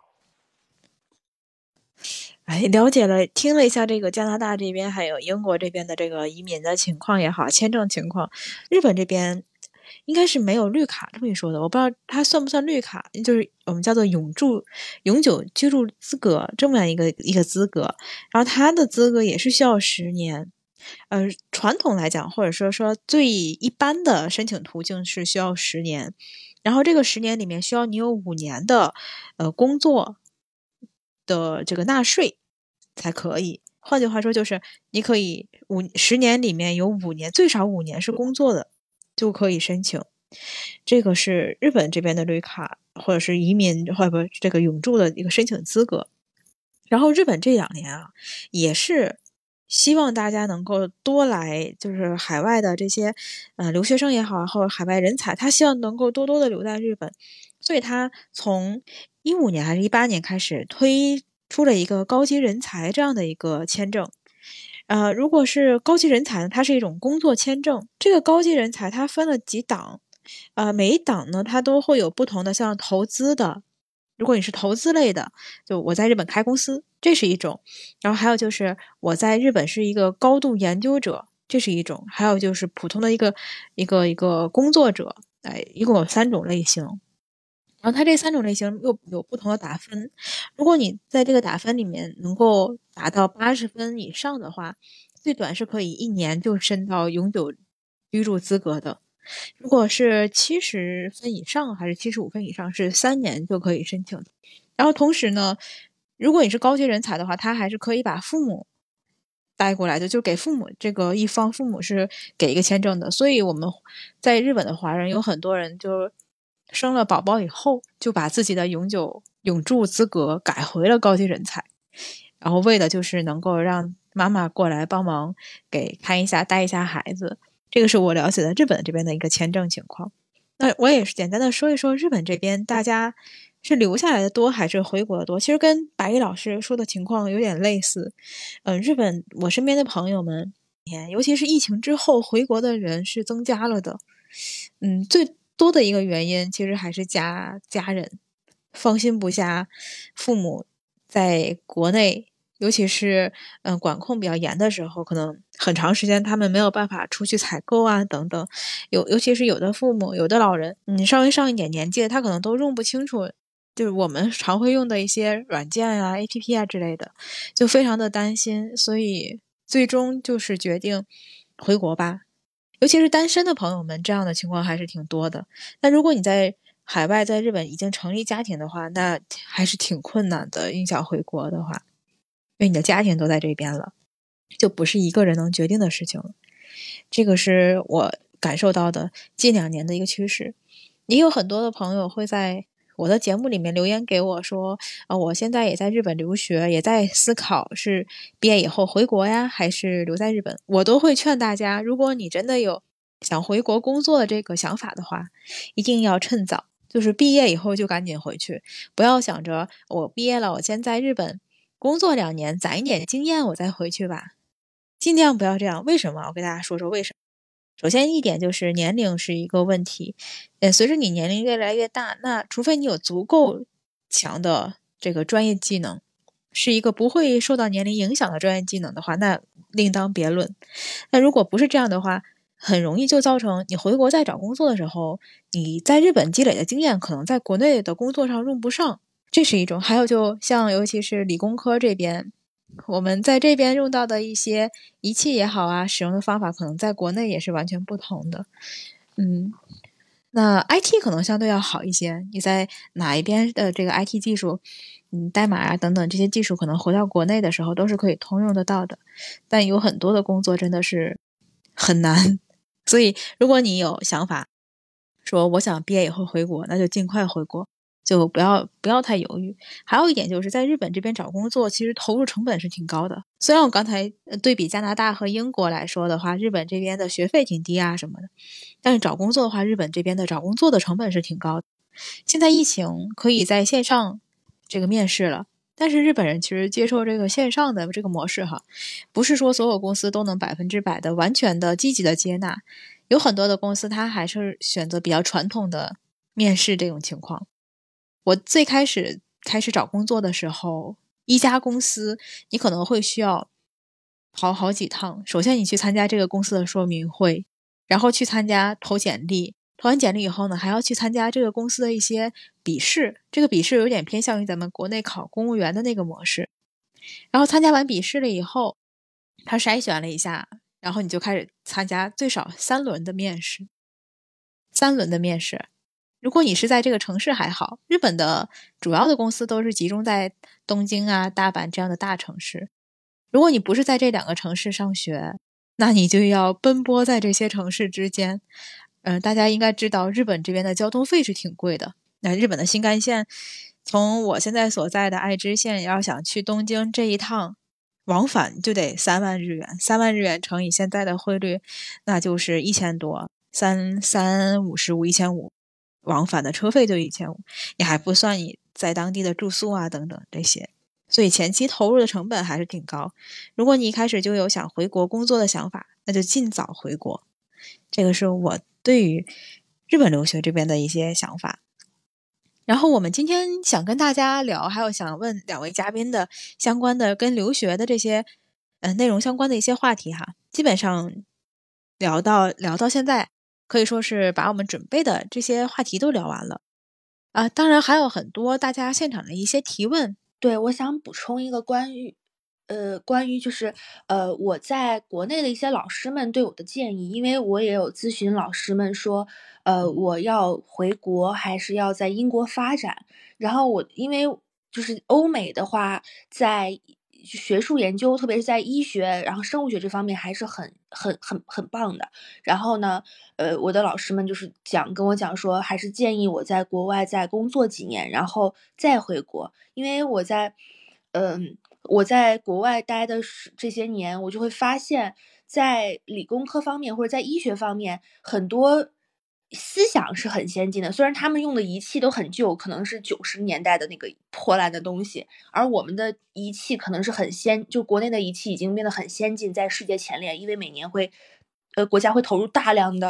了解了，听了一下这个加拿大这边还有英国这边的这个移民的情况也好，签证情况，日本这边应该是没有绿卡这么一说的，我不知道它算不算绿卡，就是我们叫做永久居住资格这么样一个资格，然后它的资格也是需要10年。传统来讲，或者说最一般的申请途径是需要10年，然后这个10年里面需要你有5年的工作的这个纳税才可以。换句话说，就是你可以10年里面有5年，最少5年是工作的，就可以申请。这个是日本这边的绿卡或者是移民或者这个永住的一个申请资格。然后日本这2年啊，也是希望大家能够多来，就是海外的这些留学生也好，或者海外人才，他希望能够多多的留在日本，所以他从15年还是18年开始推出了一个高级人才这样的一个签证。如果是高级人才呢，它是一种工作签证。这个高级人才它分了几档，每一档呢它都会有不同的，像投资的。如果你是投资类的，就我在日本开公司，这是一种。然后还有就是我在日本是一个高度研究者，这是一种。还有就是普通的一个工作者，一共有3种类型。然后它这3种类型又有不同的打分。如果你在这个打分里面能够达到80分以上的话，最短是可以1年就升到永久居住资格的。如果是70分以上还是75分以上，是3年就可以申请。然后同时呢，如果你是高级人才的话，他还是可以把父母带过来的，就给父母这个一方父母是给一个签证的。所以我们在日本的华人有很多人就生了宝宝以后，就把自己的永住资格改回了高级人才，然后为的就是能够让妈妈过来帮忙给看一下带一下孩子。这个是我了解的日本这边的一个签证情况。那我也是简单的说一说日本这边大家是留下来的多还是回国的多，其实跟白毅老师说的情况有点类似。日本我身边的朋友们，尤其是疫情之后回国的人是增加了的。最多的一个原因其实还是家人， 放心不下父母在国内，尤其是管控比较严的时候，可能很长时间他们没有办法出去采购啊等等。尤其是有的父母，有的老人，你稍微上一点年纪，他可能都用不清楚，就是我们常会用的一些软件啊、APP 啊之类的，就非常的担心，所以最终就是决定回国吧。尤其是单身的朋友们，这样的情况还是挺多的。但如果你在海外，在日本已经成立家庭的话，那还是挺困难的。你想回国的话，因为你的家庭都在这边了，就不是一个人能决定的事情了。这个是我感受到的近2年的一个趋势。也有很多的朋友会在我的节目里面留言给我说，我现在也在日本留学，也在思考是毕业以后回国呀，还是留在日本。我都会劝大家，如果你真的有想回国工作的这个想法的话，一定要趁早，就是毕业以后就赶紧回去，不要想着我毕业了，我先在日本工作2年，攒一点经验，我再回去吧。尽量不要这样。为什么？我给大家说说为什么。首先一点就是年龄是一个问题，随着你年龄越来越大，那除非你有足够强的这个专业技能，是一个不会受到年龄影响的专业技能的话，那另当别论。那如果不是这样的话，很容易就造成你回国再找工作的时候，你在日本积累的经验可能在国内的工作上用不上，这是一种。还有就像尤其是理工科这边，我们在这边用到的一些仪器也好啊，使用的方法可能在国内也是完全不同的。那 IT 可能相对要好一些，你在哪一边的这个 IT 技术，代码啊等等这些技术可能回到国内的时候都是可以通用得到的。但有很多的工作真的是很难，所以如果你有想法说我想毕业以后回国，那就尽快回国，就不要太犹豫。还有一点就是在日本这边找工作，其实投入成本是挺高的。虽然我刚才对比加拿大和英国来说的话，日本这边的学费挺低啊什么的，但是找工作的话，日本这边的找工作的成本是挺高的。现在疫情可以在线上这个面试了，但是日本人其实接受这个线上的这个模式哈，不是说所有公司都能100%的完全的积极的接纳，有很多的公司它还是选择比较传统的面试这种情况。我最开始找工作的时候，一家公司你可能会需要跑好几趟。首先你去参加这个公司的说明会，然后去参加投简历，投完简历以后呢，还要去参加这个公司的一些笔试。这个笔试有点偏向于咱们国内考公务员的那个模式。然后参加完笔试了以后，他筛选了一下，然后你就开始参加最少3轮的面试。3轮的面试，如果你是在这个城市还好，日本的主要的公司都是集中在东京啊、大阪这样的大城市。如果你不是在这2个城市上学，那你就要奔波在这些城市之间。大家应该知道日本这边的交通费是挺贵的。那日本的新干线，从我现在所在的爱知县要想去东京这一趟往返就得3万日元，3万日元乘以现在的汇率，那就是1000多，355、1500，往返的车费就1500，你还不算你在当地的住宿啊等等这些，所以前期投入的成本还是挺高。如果你一开始就有想回国工作的想法，那就尽早回国。这个是我对于日本留学这边的一些想法。然后我们今天想跟大家聊，还有想问2位嘉宾的相关的跟留学的这些内容相关的一些话题哈。基本上聊到现在，可以说是把我们准备的这些话题都聊完了啊。当然还有很多大家现场的一些提问。 对，我想补充一个关于就是我在国内的一些老师们对我的建议，因为我也有咨询老师们说，我要回国还是要在英国发展。然后因为就是欧美的话，在学术研究，特别是在医学，然后生物学这方面还是很棒的。然后呢，我的老师们就是跟我讲说，还是建议我在国外再工作几年，然后再回国。因为我在国外待的这些年，我就会发现，在理工科方面或者在医学方面，很多思想是很先进的。虽然他们用的仪器都很旧，可能是90年代的那个破烂的东西，而我们的仪器可能是就国内的仪器已经变得很先进，在世界前列，因为每年国家会投入大量的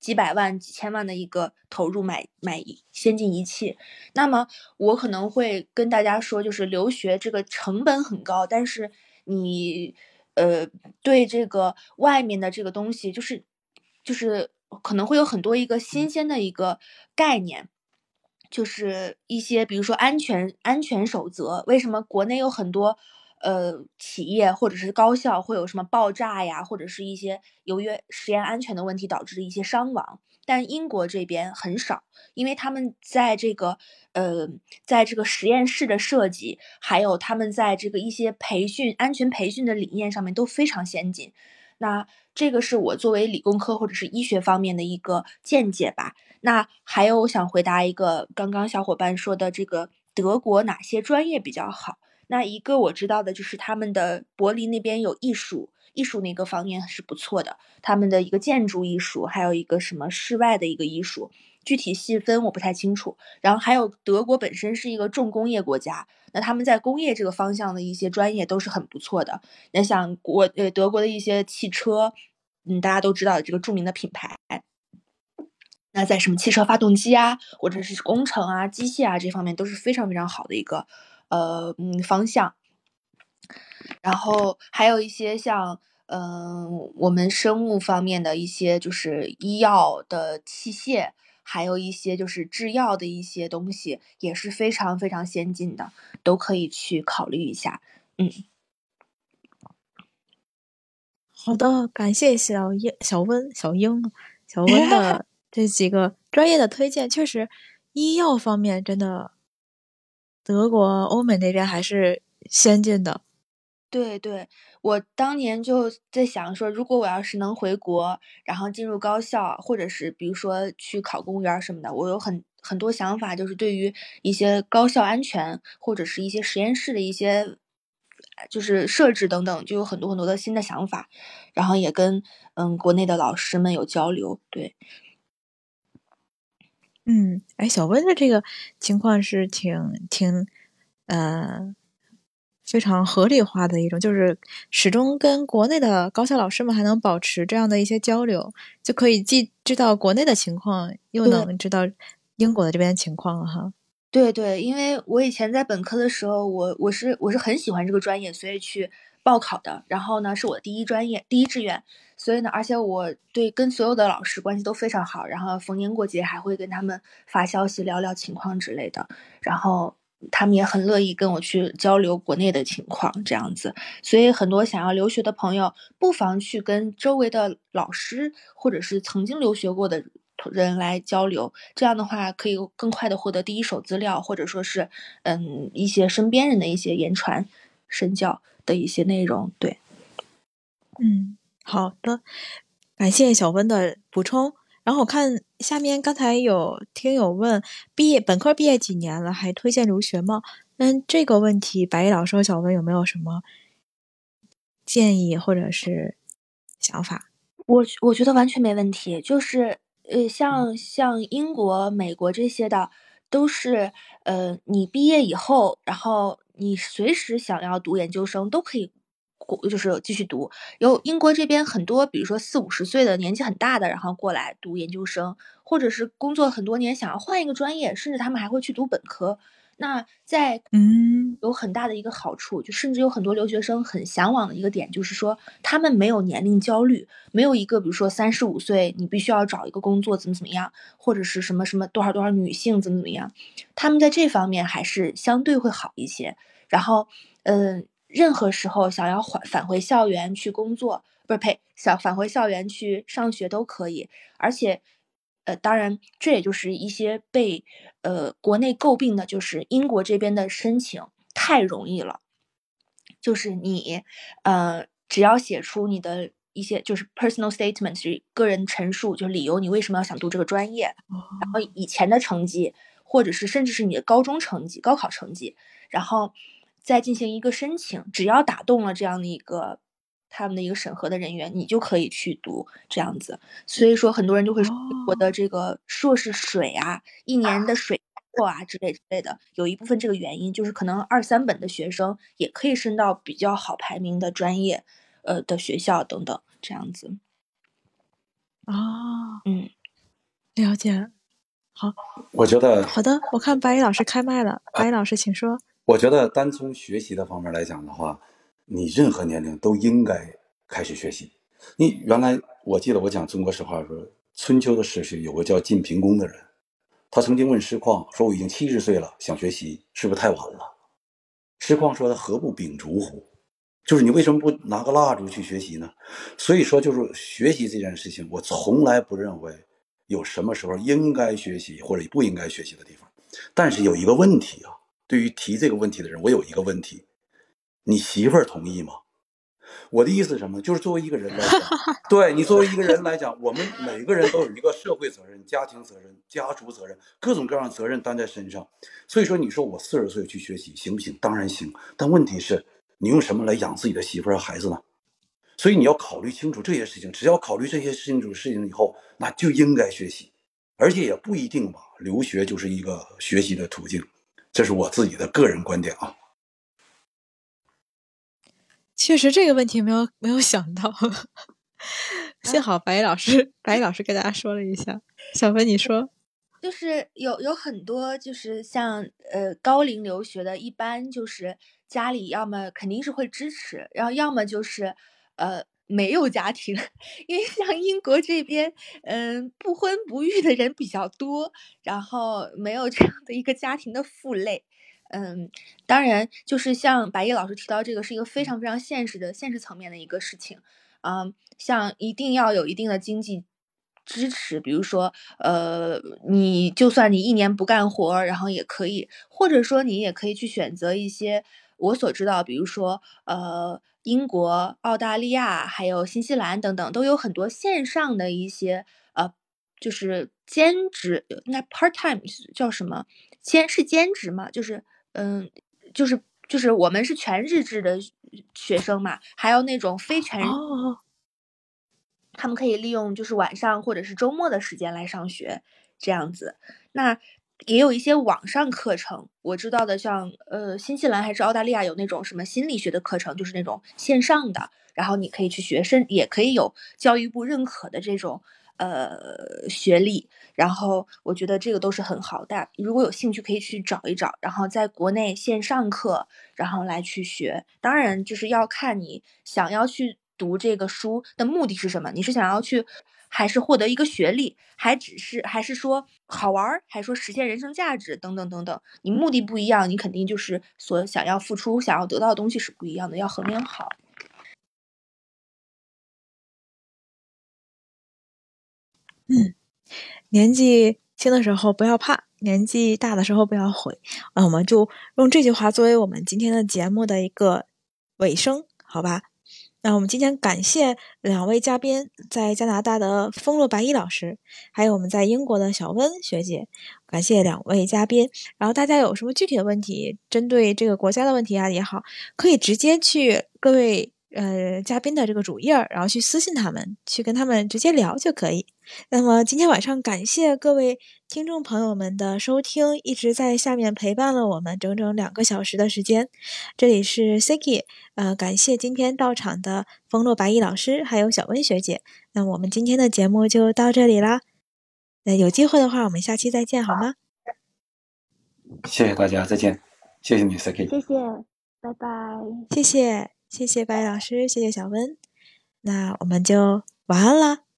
几百万、几千万的一个投入买先进仪器。那么我可能会跟大家说，就是留学这个成本很高，但是你对这个外面的这个东西，就是可能会有很多一个新鲜的一个概念。就是一些比如说安全守则，为什么国内有很多企业或者是高校会有什么爆炸呀，或者是一些由于实验安全的问题导致的一些伤亡，但英国这边很少，因为他们在这个实验室的设计，还有他们在这个一些安全培训的理念上面都非常先进。那这个是我作为理工科或者是医学方面的一个见解吧。那还有我想回答一个刚刚小伙伴说的这个德国哪些专业比较好。那一个我知道的就是他们的柏林那边有艺术那个方面是不错的，他们的一个建筑艺术，还有一个什么室外的一个艺术，具体细分我不太清楚。然后还有德国本身是一个重工业国家，那他们在工业这个方向的一些专业都是很不错的。那像德国的一些汽车，大家都知道这个著名的品牌。那在什么汽车发动机啊，或者是工程啊、机械啊这方面都是非常非常好的一个方向。然后还有一些像我们生物方面的一些就是医药的器械，还有一些就是制药的一些东西，也是非常非常先进的，都可以去考虑一下。 好的，感谢小温的这几个专业的推荐。确实，医药方面真的，德国、欧美那边还是先进的。 对对，我当年就在想说，如果我要是能回国，然后进入高校，或者是比如说去考公务员什么的，我有很多想法，就是对于一些高校安全或者是一些实验室的一些就是设置等等，就有很多很多的新的想法，然后也跟国内的老师们有交流。对， 小温的这个情况是非常合理化的一种，就是始终跟国内的高校老师们还能保持这样的一些交流，就可以既知道国内的情况，又对。 能知道英国的这边情况了哈。 对对，因为我以前在本科的时候，我是很喜欢这个专业，所以去报考的。然后呢，是我第一专业、第一志愿，所以呢，而且我跟所有的老师关系都非常好，然后逢年过节还会跟他们发消息聊聊情况之类的。然后他们也很乐意跟我去交流国内的情况，这样子。所以很多想要留学的朋友，不妨去跟周围的老师或者是曾经留学过的人来交流，这样的话可以更快的获得第一手资料，或者说是一些身边人的一些言传身教的一些内容。对， 好的，感谢小温的补充。然后我看下面刚才有听友问，本科毕业几年了，还推荐留学吗？这个问题，白毅老师和小温有没有什么建议或者是想法？ 我觉得完全没问题，就是像英国、美国这些的，都是你毕业以后，然后你随时想要读研究生都可以就是继续读。有英国这边很多，比如说40-50岁的年纪很大的，然后过来读研究生，或者是工作很多年想要换一个专业，甚至他们还会去读本科。那在有很大的一个好处，就甚至有很多留学生很向往的一个点，就是说他们没有年龄焦虑，没有一个比如说35岁你必须要找一个工作怎么样，或者是什么什么多少多少女性怎么样，他们在这方面还是相对会好一些。然后，任何时候想要返回校园去工作，不是呸，想返回校园去上学都可以。而且，当然，这也就是一些被国内诟病的，就是英国这边的申请太容易了。就是你，只要写出你的一些就是 personal statement，是个人陈述，就理由你为什么要想读这个专业，然后以前的成绩，或者是甚至是你的高中成绩、高考成绩，然后再进行一个申请，只要打动了这样的一个他们的一个审核的人员，你就可以去读这样子。所以说，很多人就会说，我的这个硕士水啊，一年的水过啊之类的，有一部分这个原因就是可能2、3本的学生也可以升到比较好排名的专业，的学校等等这样子。 啊， 嗯， 了解。好， 我觉得好的，我看白衣老师开麦了，白衣老师请说。 我觉得单从学习的方面来讲的话，你任何年龄都应该开始学习。你原来我记得我讲中国史话说，春秋的时期有个叫晋平公的人，他曾经问师旷说：“我已经70岁了，想学习，是不是太晚了？”师旷说：“他何不秉烛乎？”就是你为什么不拿个蜡烛去学习呢？所以说，就是学习这件事情，我从来不认为有什么时候应该学习或者不应该学习的地方。但是有一个问题啊，对于提这个问题的人，我有一个问题：你媳妇儿同意吗？我的意思是什么？就是作为一个人来讲，对你作为一个人来讲，我们每个人都有一个社会责任、家庭责任、家族责任，各种各样的责任担在身上。所以说，你说我40岁去学习行不行？当然行，但问题是，你用什么来养自己的媳妇儿和孩子呢？所以你要考虑清楚这些事情。只要考虑这些事情以后，那就应该学习，而且也不一定吧，留学就是一个学习的途径。这是我自己的个人观点啊。 确实这个问题没有想到，幸好白衣老师给大家说了一下。小文你说。 就是有很多就是像高龄留学的，一般就是家里要么肯定是会支持，然后要么就是没有家庭，因为像英国这边不婚不育的人比较多，然后没有这样的一个家庭的负累。当然就是像白叶老师提到，这个是一个非常非常现实层面的一个事情。像一定要有一定的经济支持，比如说，你就算你1年不干活，然后也可以，或者说你也可以去选择一些我所知道，比如说，英国、澳大利亚还有新西兰等等，都有很多线上的一些就是兼职，应该 part time 叫什么？是兼职嘛？就是就是我们是全日制的学生嘛，还有那种非全日。 哦， 他们可以利用就是晚上或者是周末的时间来上学，这样子。那也有一些网上课程，我知道的像新西兰还是澳大利亚有那种什么心理学的课程，就是那种线上的，然后你可以去学，也可以有教育部认可的这种学历。然后我觉得这个都是很好的，如果有兴趣可以去找一找，然后在国内线上课，然后来去学。当然就是要看你想要去读这个书的目的是什么，你是想要去还是获得一个学历，还是说好玩，还是说实现人生价值等等等等。你目的不一样，你肯定就是所想要付出想要得到的东西是不一样的，要衡量好。 年纪轻的时候不要怕，年纪大的时候不要悔。我们就用这句话作为我们今天的节目的一个尾声，好吧？那我们今天感谢2位嘉宾，在加拿大的风落白衣老师，还有我们在英国的小温学姐，感谢2位嘉宾。然后大家有什么具体的问题，针对这个国家的问题啊也好，可以直接去各位嘉宾的这个主页，然后去私信他们，去跟他们直接聊就可以。那么今天晚上感谢各位听众朋友们的收听，一直在下面陪伴了我们整整2个小时的时间。这里是 Siki，感谢今天到场的风落白衣老师还有小温学姐。那我们今天的节目就到这里啦。那有机会的话，我们下期再见好吗？ 谢谢大家，再见。谢谢你 Saki。 谢谢，拜拜。 谢谢白衣老师，谢谢小温。那我们就晚安啦。